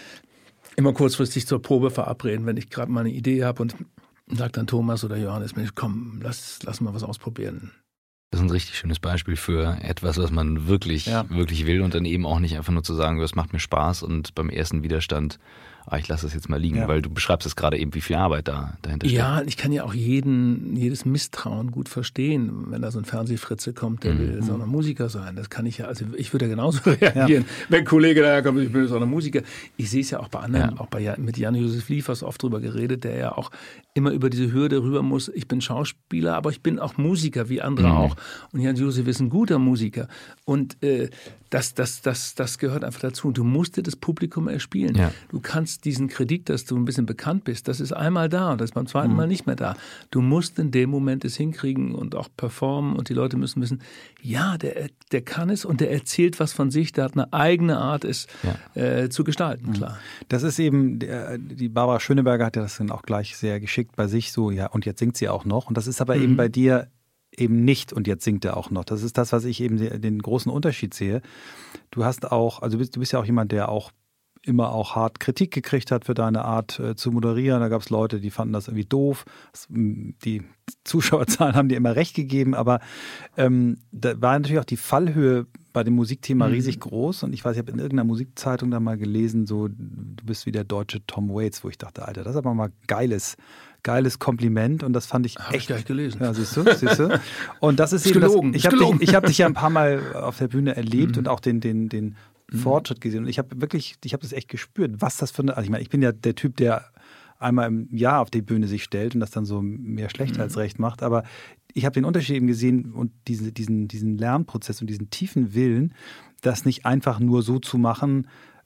immer kurzfristig zur Probe verabreden, wenn ich gerade mal eine Idee habe und sagt dann Thomas oder Johannes, Mensch, komm, lass, lass mal was ausprobieren.
Das ist ein richtig schönes Beispiel für etwas, was man wirklich, ja. wirklich will und dann eben auch nicht einfach nur zu sagen, das macht mir Spaß und beim ersten Widerstand, ah, ich lasse das jetzt mal liegen, ja. weil du beschreibst es gerade eben, wie viel Arbeit da dahinter steckt.
Ja, ich kann ja auch jeden, jedes Misstrauen gut verstehen, wenn da so ein Fernsehfritze kommt, der mhm. will jetzt auch noch Musiker sein. Das kann ich ja, also ich würde ja genauso reagieren, ja. wenn ein Kollege daherkommt, ich bin jetzt auch noch Musiker. Ich sehe es ja auch bei anderen, ja. auch bei mit Jan-Josef Liefers oft drüber geredet, der ja auch immer über diese Hürde rüber muss, ich bin Schauspieler, aber ich bin auch Musiker, wie andere mhm. auch. Und Jan-Josef ist ein guter Musiker. Und äh, das, das, das, das gehört einfach dazu. Du musst dir das Publikum erspielen. Ja. Du kannst diesen Kredit, dass du ein bisschen bekannt bist, das ist einmal da und das ist beim zweiten mhm. Mal nicht mehr da. Du musst in dem Moment es hinkriegen und auch performen und die Leute müssen wissen, ja, der, der kann es und der erzählt was von sich, der hat eine eigene Art, es ja. äh, zu gestalten, klar.
Das ist eben, der, die Barbara Schöneberger hat ja das dann auch gleich sehr geschickt bei sich so, ja, und jetzt singt sie auch noch. Und das ist aber mhm. eben bei dir eben nicht und jetzt singt er auch noch. Das ist das, was ich eben den großen Unterschied sehe. Du hast auch, also du bist, du bist ja auch jemand, der auch immer auch hart Kritik gekriegt hat für deine Art äh, zu moderieren. Da gab es Leute, die fanden das irgendwie doof. Das, die Zuschauerzahlen haben dir immer recht gegeben, aber ähm, da war natürlich auch die Fallhöhe bei dem Musikthema mhm. riesig groß und ich weiß, ich habe in irgendeiner Musikzeitung da mal gelesen, so du bist wie der deutsche Tom Waits, wo ich dachte, Alter, das ist aber mal geiles Geiles Kompliment und das fand ich
hab
echt.
Ich gleich gelesen.
Ja, siehst du, siehst du. Und das ist, ist eben gelogen, das, ich habe dich, ich hab dich ja ein paar Mal auf der Bühne erlebt mhm. und auch den, den, den mhm. Fortschritt gesehen. Und ich habe wirklich, ich habe das echt gespürt, was das für eine, also ich meine, ich bin ja der Typ, der einmal im Jahr auf die Bühne sich stellt und das dann so mehr schlecht mhm. als recht macht, aber ich habe den Unterschied eben gesehen und diese, diesen, diesen Lernprozess und diesen tiefen Willen, das nicht einfach nur so zu machen,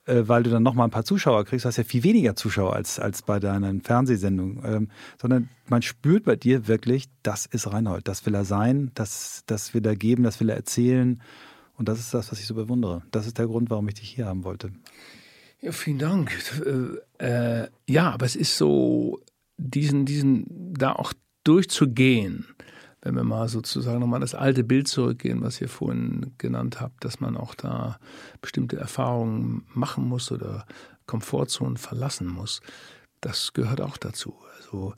äh, weil du dann nochmal ein paar Zuschauer kriegst. Du hast ja viel weniger Zuschauer als, als bei deinen Fernsehsendungen. Ähm, sondern man spürt bei dir wirklich, das ist Reinhold. Das will er sein, das, das will er geben, das will er erzählen. Und das ist das, was ich so bewundere. Das ist der Grund, warum ich dich hier haben wollte.
Ja, vielen Dank. Äh, äh, ja, aber es ist so, diesen, diesen da auch durchzugehen, wenn wir mal sozusagen nochmal das alte Bild zurückgehen, was ihr vorhin genannt habt, dass man auch da bestimmte Erfahrungen machen muss oder Komfortzonen verlassen muss, das gehört auch dazu. Also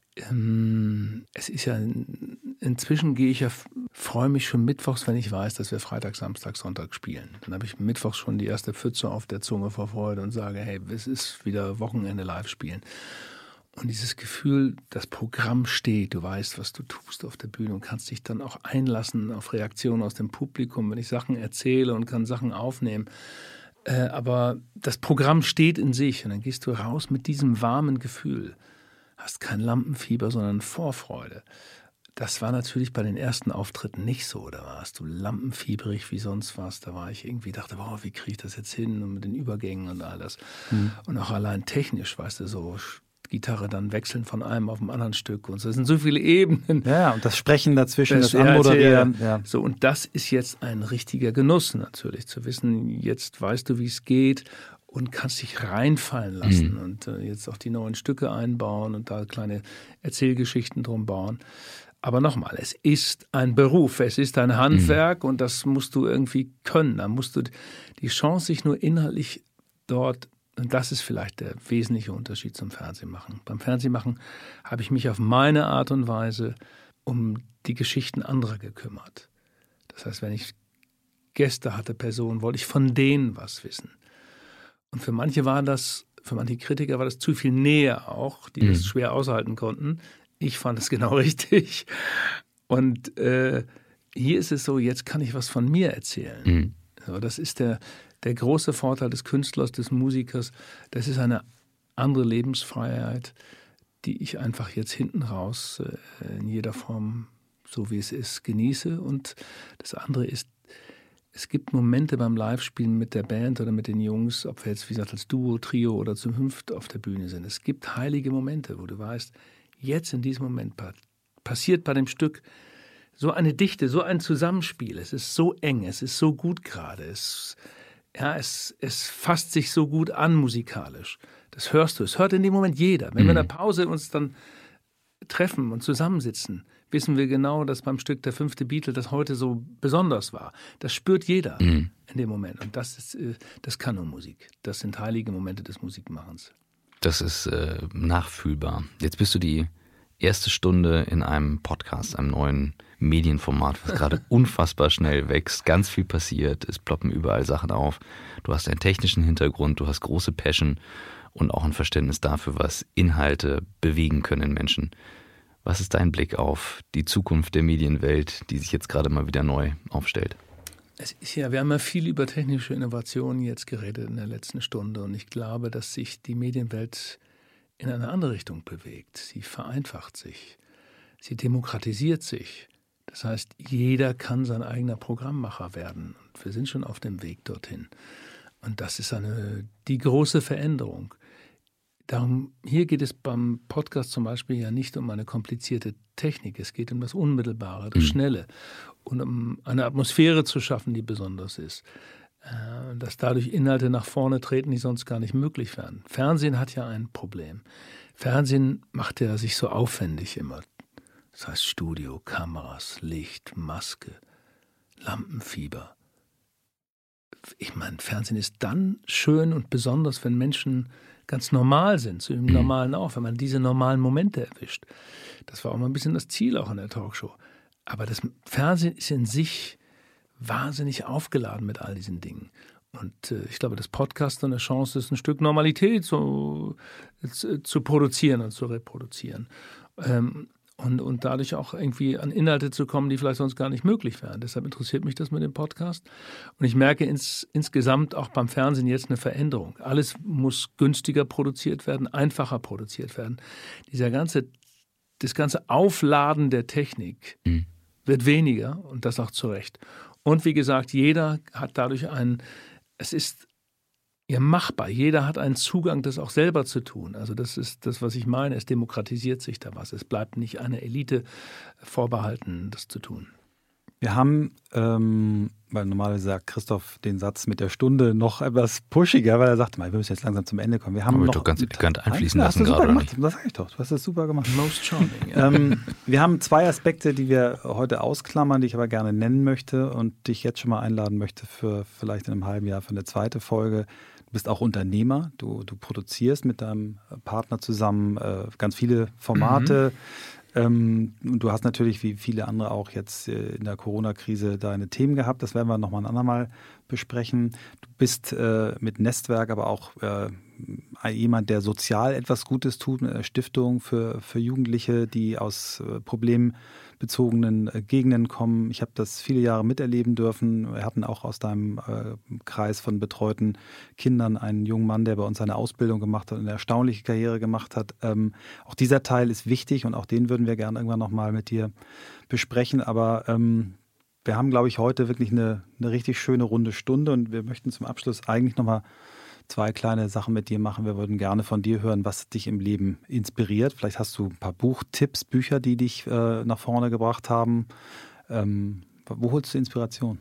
ähm, es ist ja, inzwischen gehe ich ja, freue mich schon mittwochs, wenn ich weiß, dass wir Freitag, Samstag, Sonntag spielen. Dann habe ich mittwochs schon die erste Pfütze auf der Zunge vor Freude und sage, hey, es ist wieder Wochenende live spielen. Und dieses Gefühl, das Programm steht, du weißt, was du tust auf der Bühne und kannst dich dann auch einlassen auf Reaktionen aus dem Publikum, wenn ich Sachen erzähle und kann Sachen aufnehmen. Äh, aber das Programm steht in sich und dann gehst du raus mit diesem warmen Gefühl. Hast kein Lampenfieber, sondern Vorfreude. Das war natürlich bei den ersten Auftritten nicht so. Da warst du lampenfieberig wie sonst was. Da war ich irgendwie, dachte, wow, wie kriege ich das jetzt hin und mit den Übergängen und all das. Mhm. Und auch allein technisch, weißt du, so Gitarre dann wechseln von einem auf dem anderen Stück und so. Es sind so viele Ebenen.
Ja, und das Sprechen dazwischen, das, das Anmoderieren.
Ja. So, und das ist jetzt ein richtiger Genuss natürlich, zu wissen, jetzt weißt du, wie es geht und kannst dich reinfallen lassen mhm. und äh, jetzt auch die neuen Stücke einbauen und da kleine Erzählgeschichten drum bauen. Aber nochmal, es ist ein Beruf, es ist ein Handwerk mhm. und das musst du irgendwie können. Da musst du die Chance, sich nur inhaltlich dort, und das ist vielleicht der wesentliche Unterschied zum Fernsehmachen. Beim Fernsehmachen habe ich mich auf meine Art und Weise um die Geschichten anderer gekümmert. Das heißt, wenn ich Gäste hatte, Personen, wollte ich von denen was wissen. Und für manche war das, für manche Kritiker war das zu viel Nähe auch, die mhm. das schwer aushalten konnten. Ich fand es genau richtig. Und äh, hier ist es so, jetzt kann ich was von mir erzählen. Mhm. So, das ist der, der große Vorteil des Künstlers, des Musikers. Das ist eine andere Lebensfreiheit, die ich einfach jetzt hinten raus äh, in jeder Form, so wie es ist, genieße. Und das andere ist, es gibt Momente beim Live-Spielen mit der Band oder mit den Jungs, ob wir jetzt, wie gesagt, als Duo, Trio oder zum Fünft auf der Bühne sind. Es gibt heilige Momente, wo du weißt, jetzt in diesem Moment passiert bei dem Stück so eine Dichte, so ein Zusammenspiel. Es ist so eng, es ist so gut gerade. Es, ja, es, es fasst sich so gut an musikalisch. Das hörst du, es hört in dem Moment jeder. Wenn mhm. wir in der Pause uns dann treffen und zusammensitzen, wissen wir genau, dass beim Stück Der fünfte Beatle das heute so besonders war. Das spürt jeder mhm. in dem Moment. Und das ist, das kann nur Musik. Das sind heilige Momente des Musikmachens.
Das ist äh, nachfühlbar. Jetzt bist du die erste Stunde in einem Podcast, einem neuen Medienformat, was gerade unfassbar schnell wächst. Ganz viel passiert, es ploppen überall Sachen auf. Du hast einen technischen Hintergrund, du hast große Passion und auch ein Verständnis dafür, was Inhalte bewegen können in Menschen. Was ist dein Blick auf die Zukunft der Medienwelt, die sich jetzt gerade mal wieder neu aufstellt?
Es ist ja, wir haben ja viel über technische Innovationen jetzt geredet in der letzten Stunde und ich glaube, dass sich die Medienwelt in eine andere Richtung bewegt. Sie vereinfacht sich, sie demokratisiert sich. Das heißt, jeder kann sein eigener Programmmacher werden und wir sind schon auf dem Weg dorthin. Und das ist eine, die große Veränderung. Darum, hier geht es beim Podcast zum Beispiel ja nicht um eine komplizierte Technik. Es geht um das Unmittelbare, das Schnelle und um eine Atmosphäre zu schaffen, die besonders ist. Äh, dass dadurch Inhalte nach vorne treten, die sonst gar nicht möglich wären. Fernsehen hat ja ein Problem. Fernsehen macht ja sich so aufwendig immer. Das heißt Studio, Kameras, Licht, Maske, Lampenfieber. Ich meine, Fernsehen ist dann schön und besonders, wenn Menschen ganz normal sind, zu dem Normalen auch, wenn man diese normalen Momente erwischt. Das war auch mal ein bisschen das Ziel auch in der Talkshow. Aber das Fernsehen ist in sich wahnsinnig aufgeladen mit all diesen Dingen. Und äh, ich glaube, das Podcast eine Chance ist, ein Stück Normalität zu, zu, zu produzieren und zu reproduzieren. Ähm, und, und dadurch auch irgendwie an Inhalte zu kommen, die vielleicht sonst gar nicht möglich wären. Deshalb interessiert mich das mit dem Podcast. Und ich merke ins, insgesamt auch beim Fernsehen jetzt eine Veränderung. Alles muss günstiger produziert werden, einfacher produziert werden. Dieser ganze, das ganze Aufladen der Technik mhm. wird weniger und das auch zu Recht. Und wie gesagt, jeder hat dadurch einen, es ist ja machbar. Jeder hat einen Zugang, das auch selber zu tun. Also das ist das, was ich meine. Es demokratisiert sich da was. Es bleibt nicht einer Elite vorbehalten, das zu tun.
Wir haben, ähm, weil normalerweise sagt Christoph den Satz mit der Stunde noch etwas pushiger, weil er sagt, wir müssen jetzt langsam zum Ende kommen. Wir haben
Aber
noch
doch ganz elegant einfließen
Nein,
lassen
hast du super
gerade.
gemacht. Das sag ich doch. Du hast das super gemacht.
Most charming.
Ja. Ähm, wir haben zwei Aspekte, die wir heute ausklammern, die ich aber gerne nennen möchte und dich jetzt schon mal einladen möchte für vielleicht in einem halben Jahr für eine zweite Folge. Du bist auch Unternehmer. Du, du produzierst mit deinem Partner zusammen äh, ganz viele Formate. Mhm. Ähm, und du hast natürlich wie viele andere auch jetzt äh, in der Corona-Krise deine Themen gehabt. Das werden wir nochmal ein andermal besprechen. Du bist äh, mit Nestwerk aber auch äh, jemand, der sozial etwas Gutes tut, mit einer Stiftung für, für Jugendliche, die aus äh, problembezogenen äh, Gegenden kommen. Ich habe das viele Jahre miterleben dürfen. Wir hatten auch aus deinem äh, Kreis von betreuten Kindern einen jungen Mann, der bei uns eine Ausbildung gemacht hat und eine erstaunliche Karriere gemacht hat. Ähm, auch dieser Teil ist wichtig und auch den würden wir gerne irgendwann nochmal mit dir besprechen. Aber ähm, wir haben, glaube ich, heute wirklich eine, eine richtig schöne runde Stunde und wir möchten zum Abschluss eigentlich nochmal zwei kleine Sachen mit dir machen. Wir würden gerne von dir hören, was dich im Leben inspiriert. Vielleicht hast du ein paar Buchtipps, Bücher, die dich äh, nach vorne gebracht haben. Ähm, wo holst du Inspiration?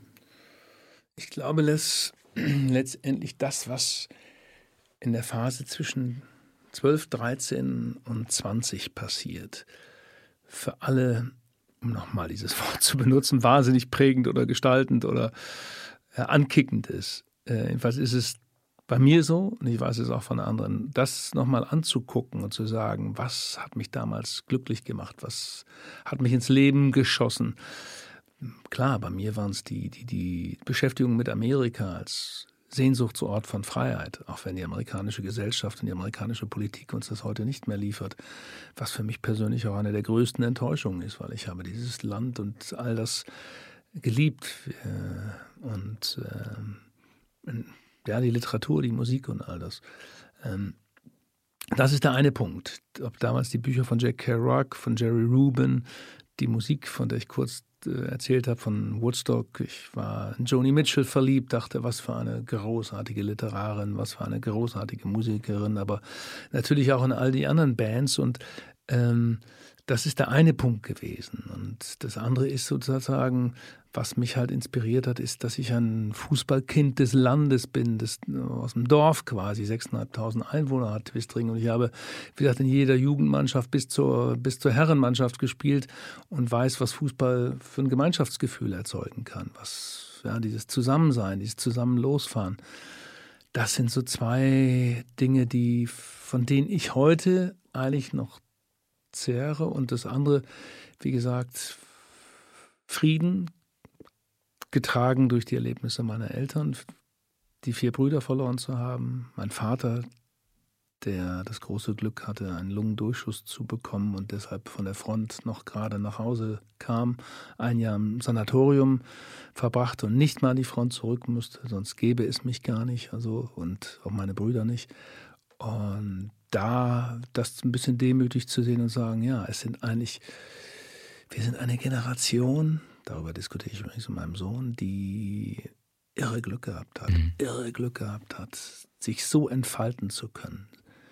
Ich glaube, dass letztendlich das, was in der Phase zwischen zwölf, dreizehn und zwanzig passiert, für alle, um nochmal dieses Wort zu benutzen, wahnsinnig prägend oder gestaltend oder äh, ankickend ist. Äh, jedenfalls ist es bei mir so, und ich weiß es auch von anderen, das nochmal anzugucken und zu sagen, was hat mich damals glücklich gemacht, was hat mich ins Leben geschossen. Klar, bei mir waren es die, die, die Beschäftigung mit Amerika als Sehnsuchtsort von Freiheit, auch wenn die amerikanische Gesellschaft und die amerikanische Politik uns das heute nicht mehr liefert, was für mich persönlich auch eine der größten Enttäuschungen ist, weil ich habe dieses Land und all das geliebt äh, und äh, ja, die Literatur, die Musik und all das. Ähm, das ist der eine Punkt. Ob damals die Bücher von Jack Kerouac, von Jerry Rubin, die Musik, von der ich kurz äh, erzählt habe, von Woodstock. Ich war in Joni Mitchell verliebt, dachte, was für eine großartige Literarin, was für eine großartige Musikerin, aber natürlich auch in all die anderen Bands. Und ähm, das ist der eine Punkt gewesen. Und das andere ist sozusagen, was mich halt inspiriert hat, ist, dass ich ein Fußballkind des Landes bin, des, aus dem Dorf quasi, sechstausendfünfhundert Einwohner hat Twistring. Und ich habe, wie gesagt, in jeder Jugendmannschaft bis zur, bis zur Herrenmannschaft gespielt und weiß, was Fußball für ein Gemeinschaftsgefühl erzeugen kann. Was, ja, dieses Zusammensein, dieses Zusammenlosfahren. Das sind so zwei Dinge, die, von denen ich heute eigentlich noch zehre. Und das andere, wie gesagt, Frieden, getragen durch die Erlebnisse meiner Eltern, die vier Brüder verloren zu haben, mein Vater, der das große Glück hatte, einen Lungendurchschuss zu bekommen und deshalb von der Front noch gerade nach Hause kam, ein Jahr im Sanatorium verbrachte und nicht mal an die Front zurück musste, sonst gäbe es mich gar nicht, also und auch meine Brüder nicht. Und da das ein bisschen demütig zu sehen und sagen, ja, es sind eigentlich, wir sind eine Generation, darüber diskutiere ich übrigens mit meinem Sohn, die irre Glück gehabt hat, mhm. irre Glück gehabt hat, sich so entfalten zu können.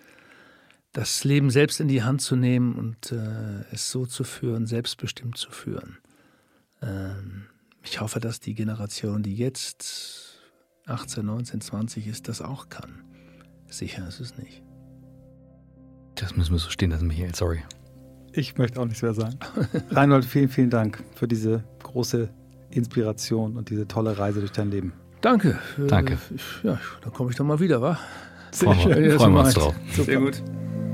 Das Leben selbst in die Hand zu nehmen und äh, es so zu führen, selbstbestimmt zu führen. Ähm, ich hoffe, dass die Generation, die jetzt achtzehn, neunzehn, zwanzig ist, das auch kann. Sicher ist es nicht.
Das müssen wir so stehen lassen, Michael, sorry.
Ich möchte auch nichts mehr sagen. Reinhold, vielen, vielen Dank für diese große Inspiration und diese tolle Reise durch dein Leben.
Danke.
Danke.
Äh, ich, ja, dann komme ich doch mal wieder, wa?
Sehr schön. Freuen wir, freuen wir uns drauf.
Super. Sehr gut.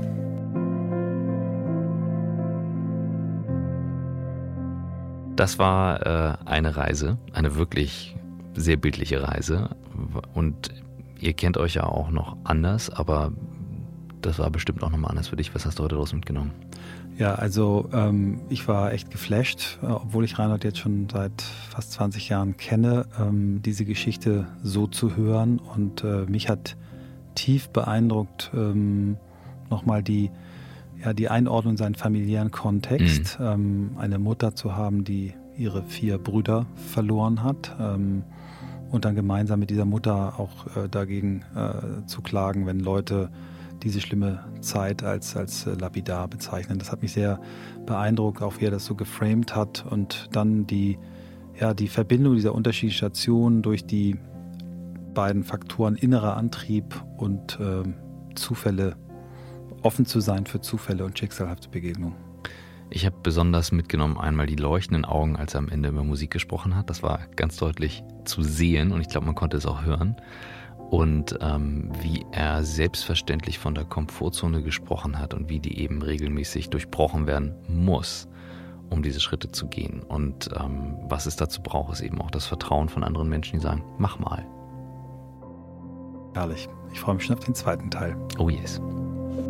Das war äh, eine Reise, eine wirklich sehr bildliche Reise. Und ihr kennt euch ja auch noch anders, aber das war bestimmt auch nochmal anders für dich. Was hast du heute daraus mitgenommen?
Ja, also ähm, ich war echt geflasht, äh, obwohl ich Reinhold jetzt schon seit fast zwanzig Jahren kenne, ähm, diese Geschichte so zu hören. Und äh, mich hat tief beeindruckt ähm, nochmal die, ja, die Einordnung in seinen familiären Kontext. Mhm. Ähm, eine Mutter zu haben, die ihre vier Brüder verloren hat. Ähm, und dann gemeinsam mit dieser Mutter auch äh, dagegen äh, zu klagen, wenn Leute diese schlimme Zeit als, als äh, lapidar bezeichnen. Das hat mich sehr beeindruckt, auch wie er das so geframed hat und dann die, ja, die Verbindung dieser unterschiedlichen Stationen durch die beiden Faktoren innerer Antrieb und äh, Zufälle, offen zu sein für Zufälle und schicksalhafte Begegnungen.
Ich habe besonders mitgenommen einmal die leuchtenden Augen, als er am Ende über Musik gesprochen hat. Das war ganz deutlich zu sehen und ich glaube, man konnte es auch hören. Und ähm, wie er selbstverständlich von der Komfortzone gesprochen hat und wie die eben regelmäßig durchbrochen werden muss, um diese Schritte zu gehen. Und ähm, was es dazu braucht, ist eben auch das Vertrauen von anderen Menschen, die sagen, mach mal.
Herrlich. Ich freue mich schon auf den zweiten Teil.
Oh yes.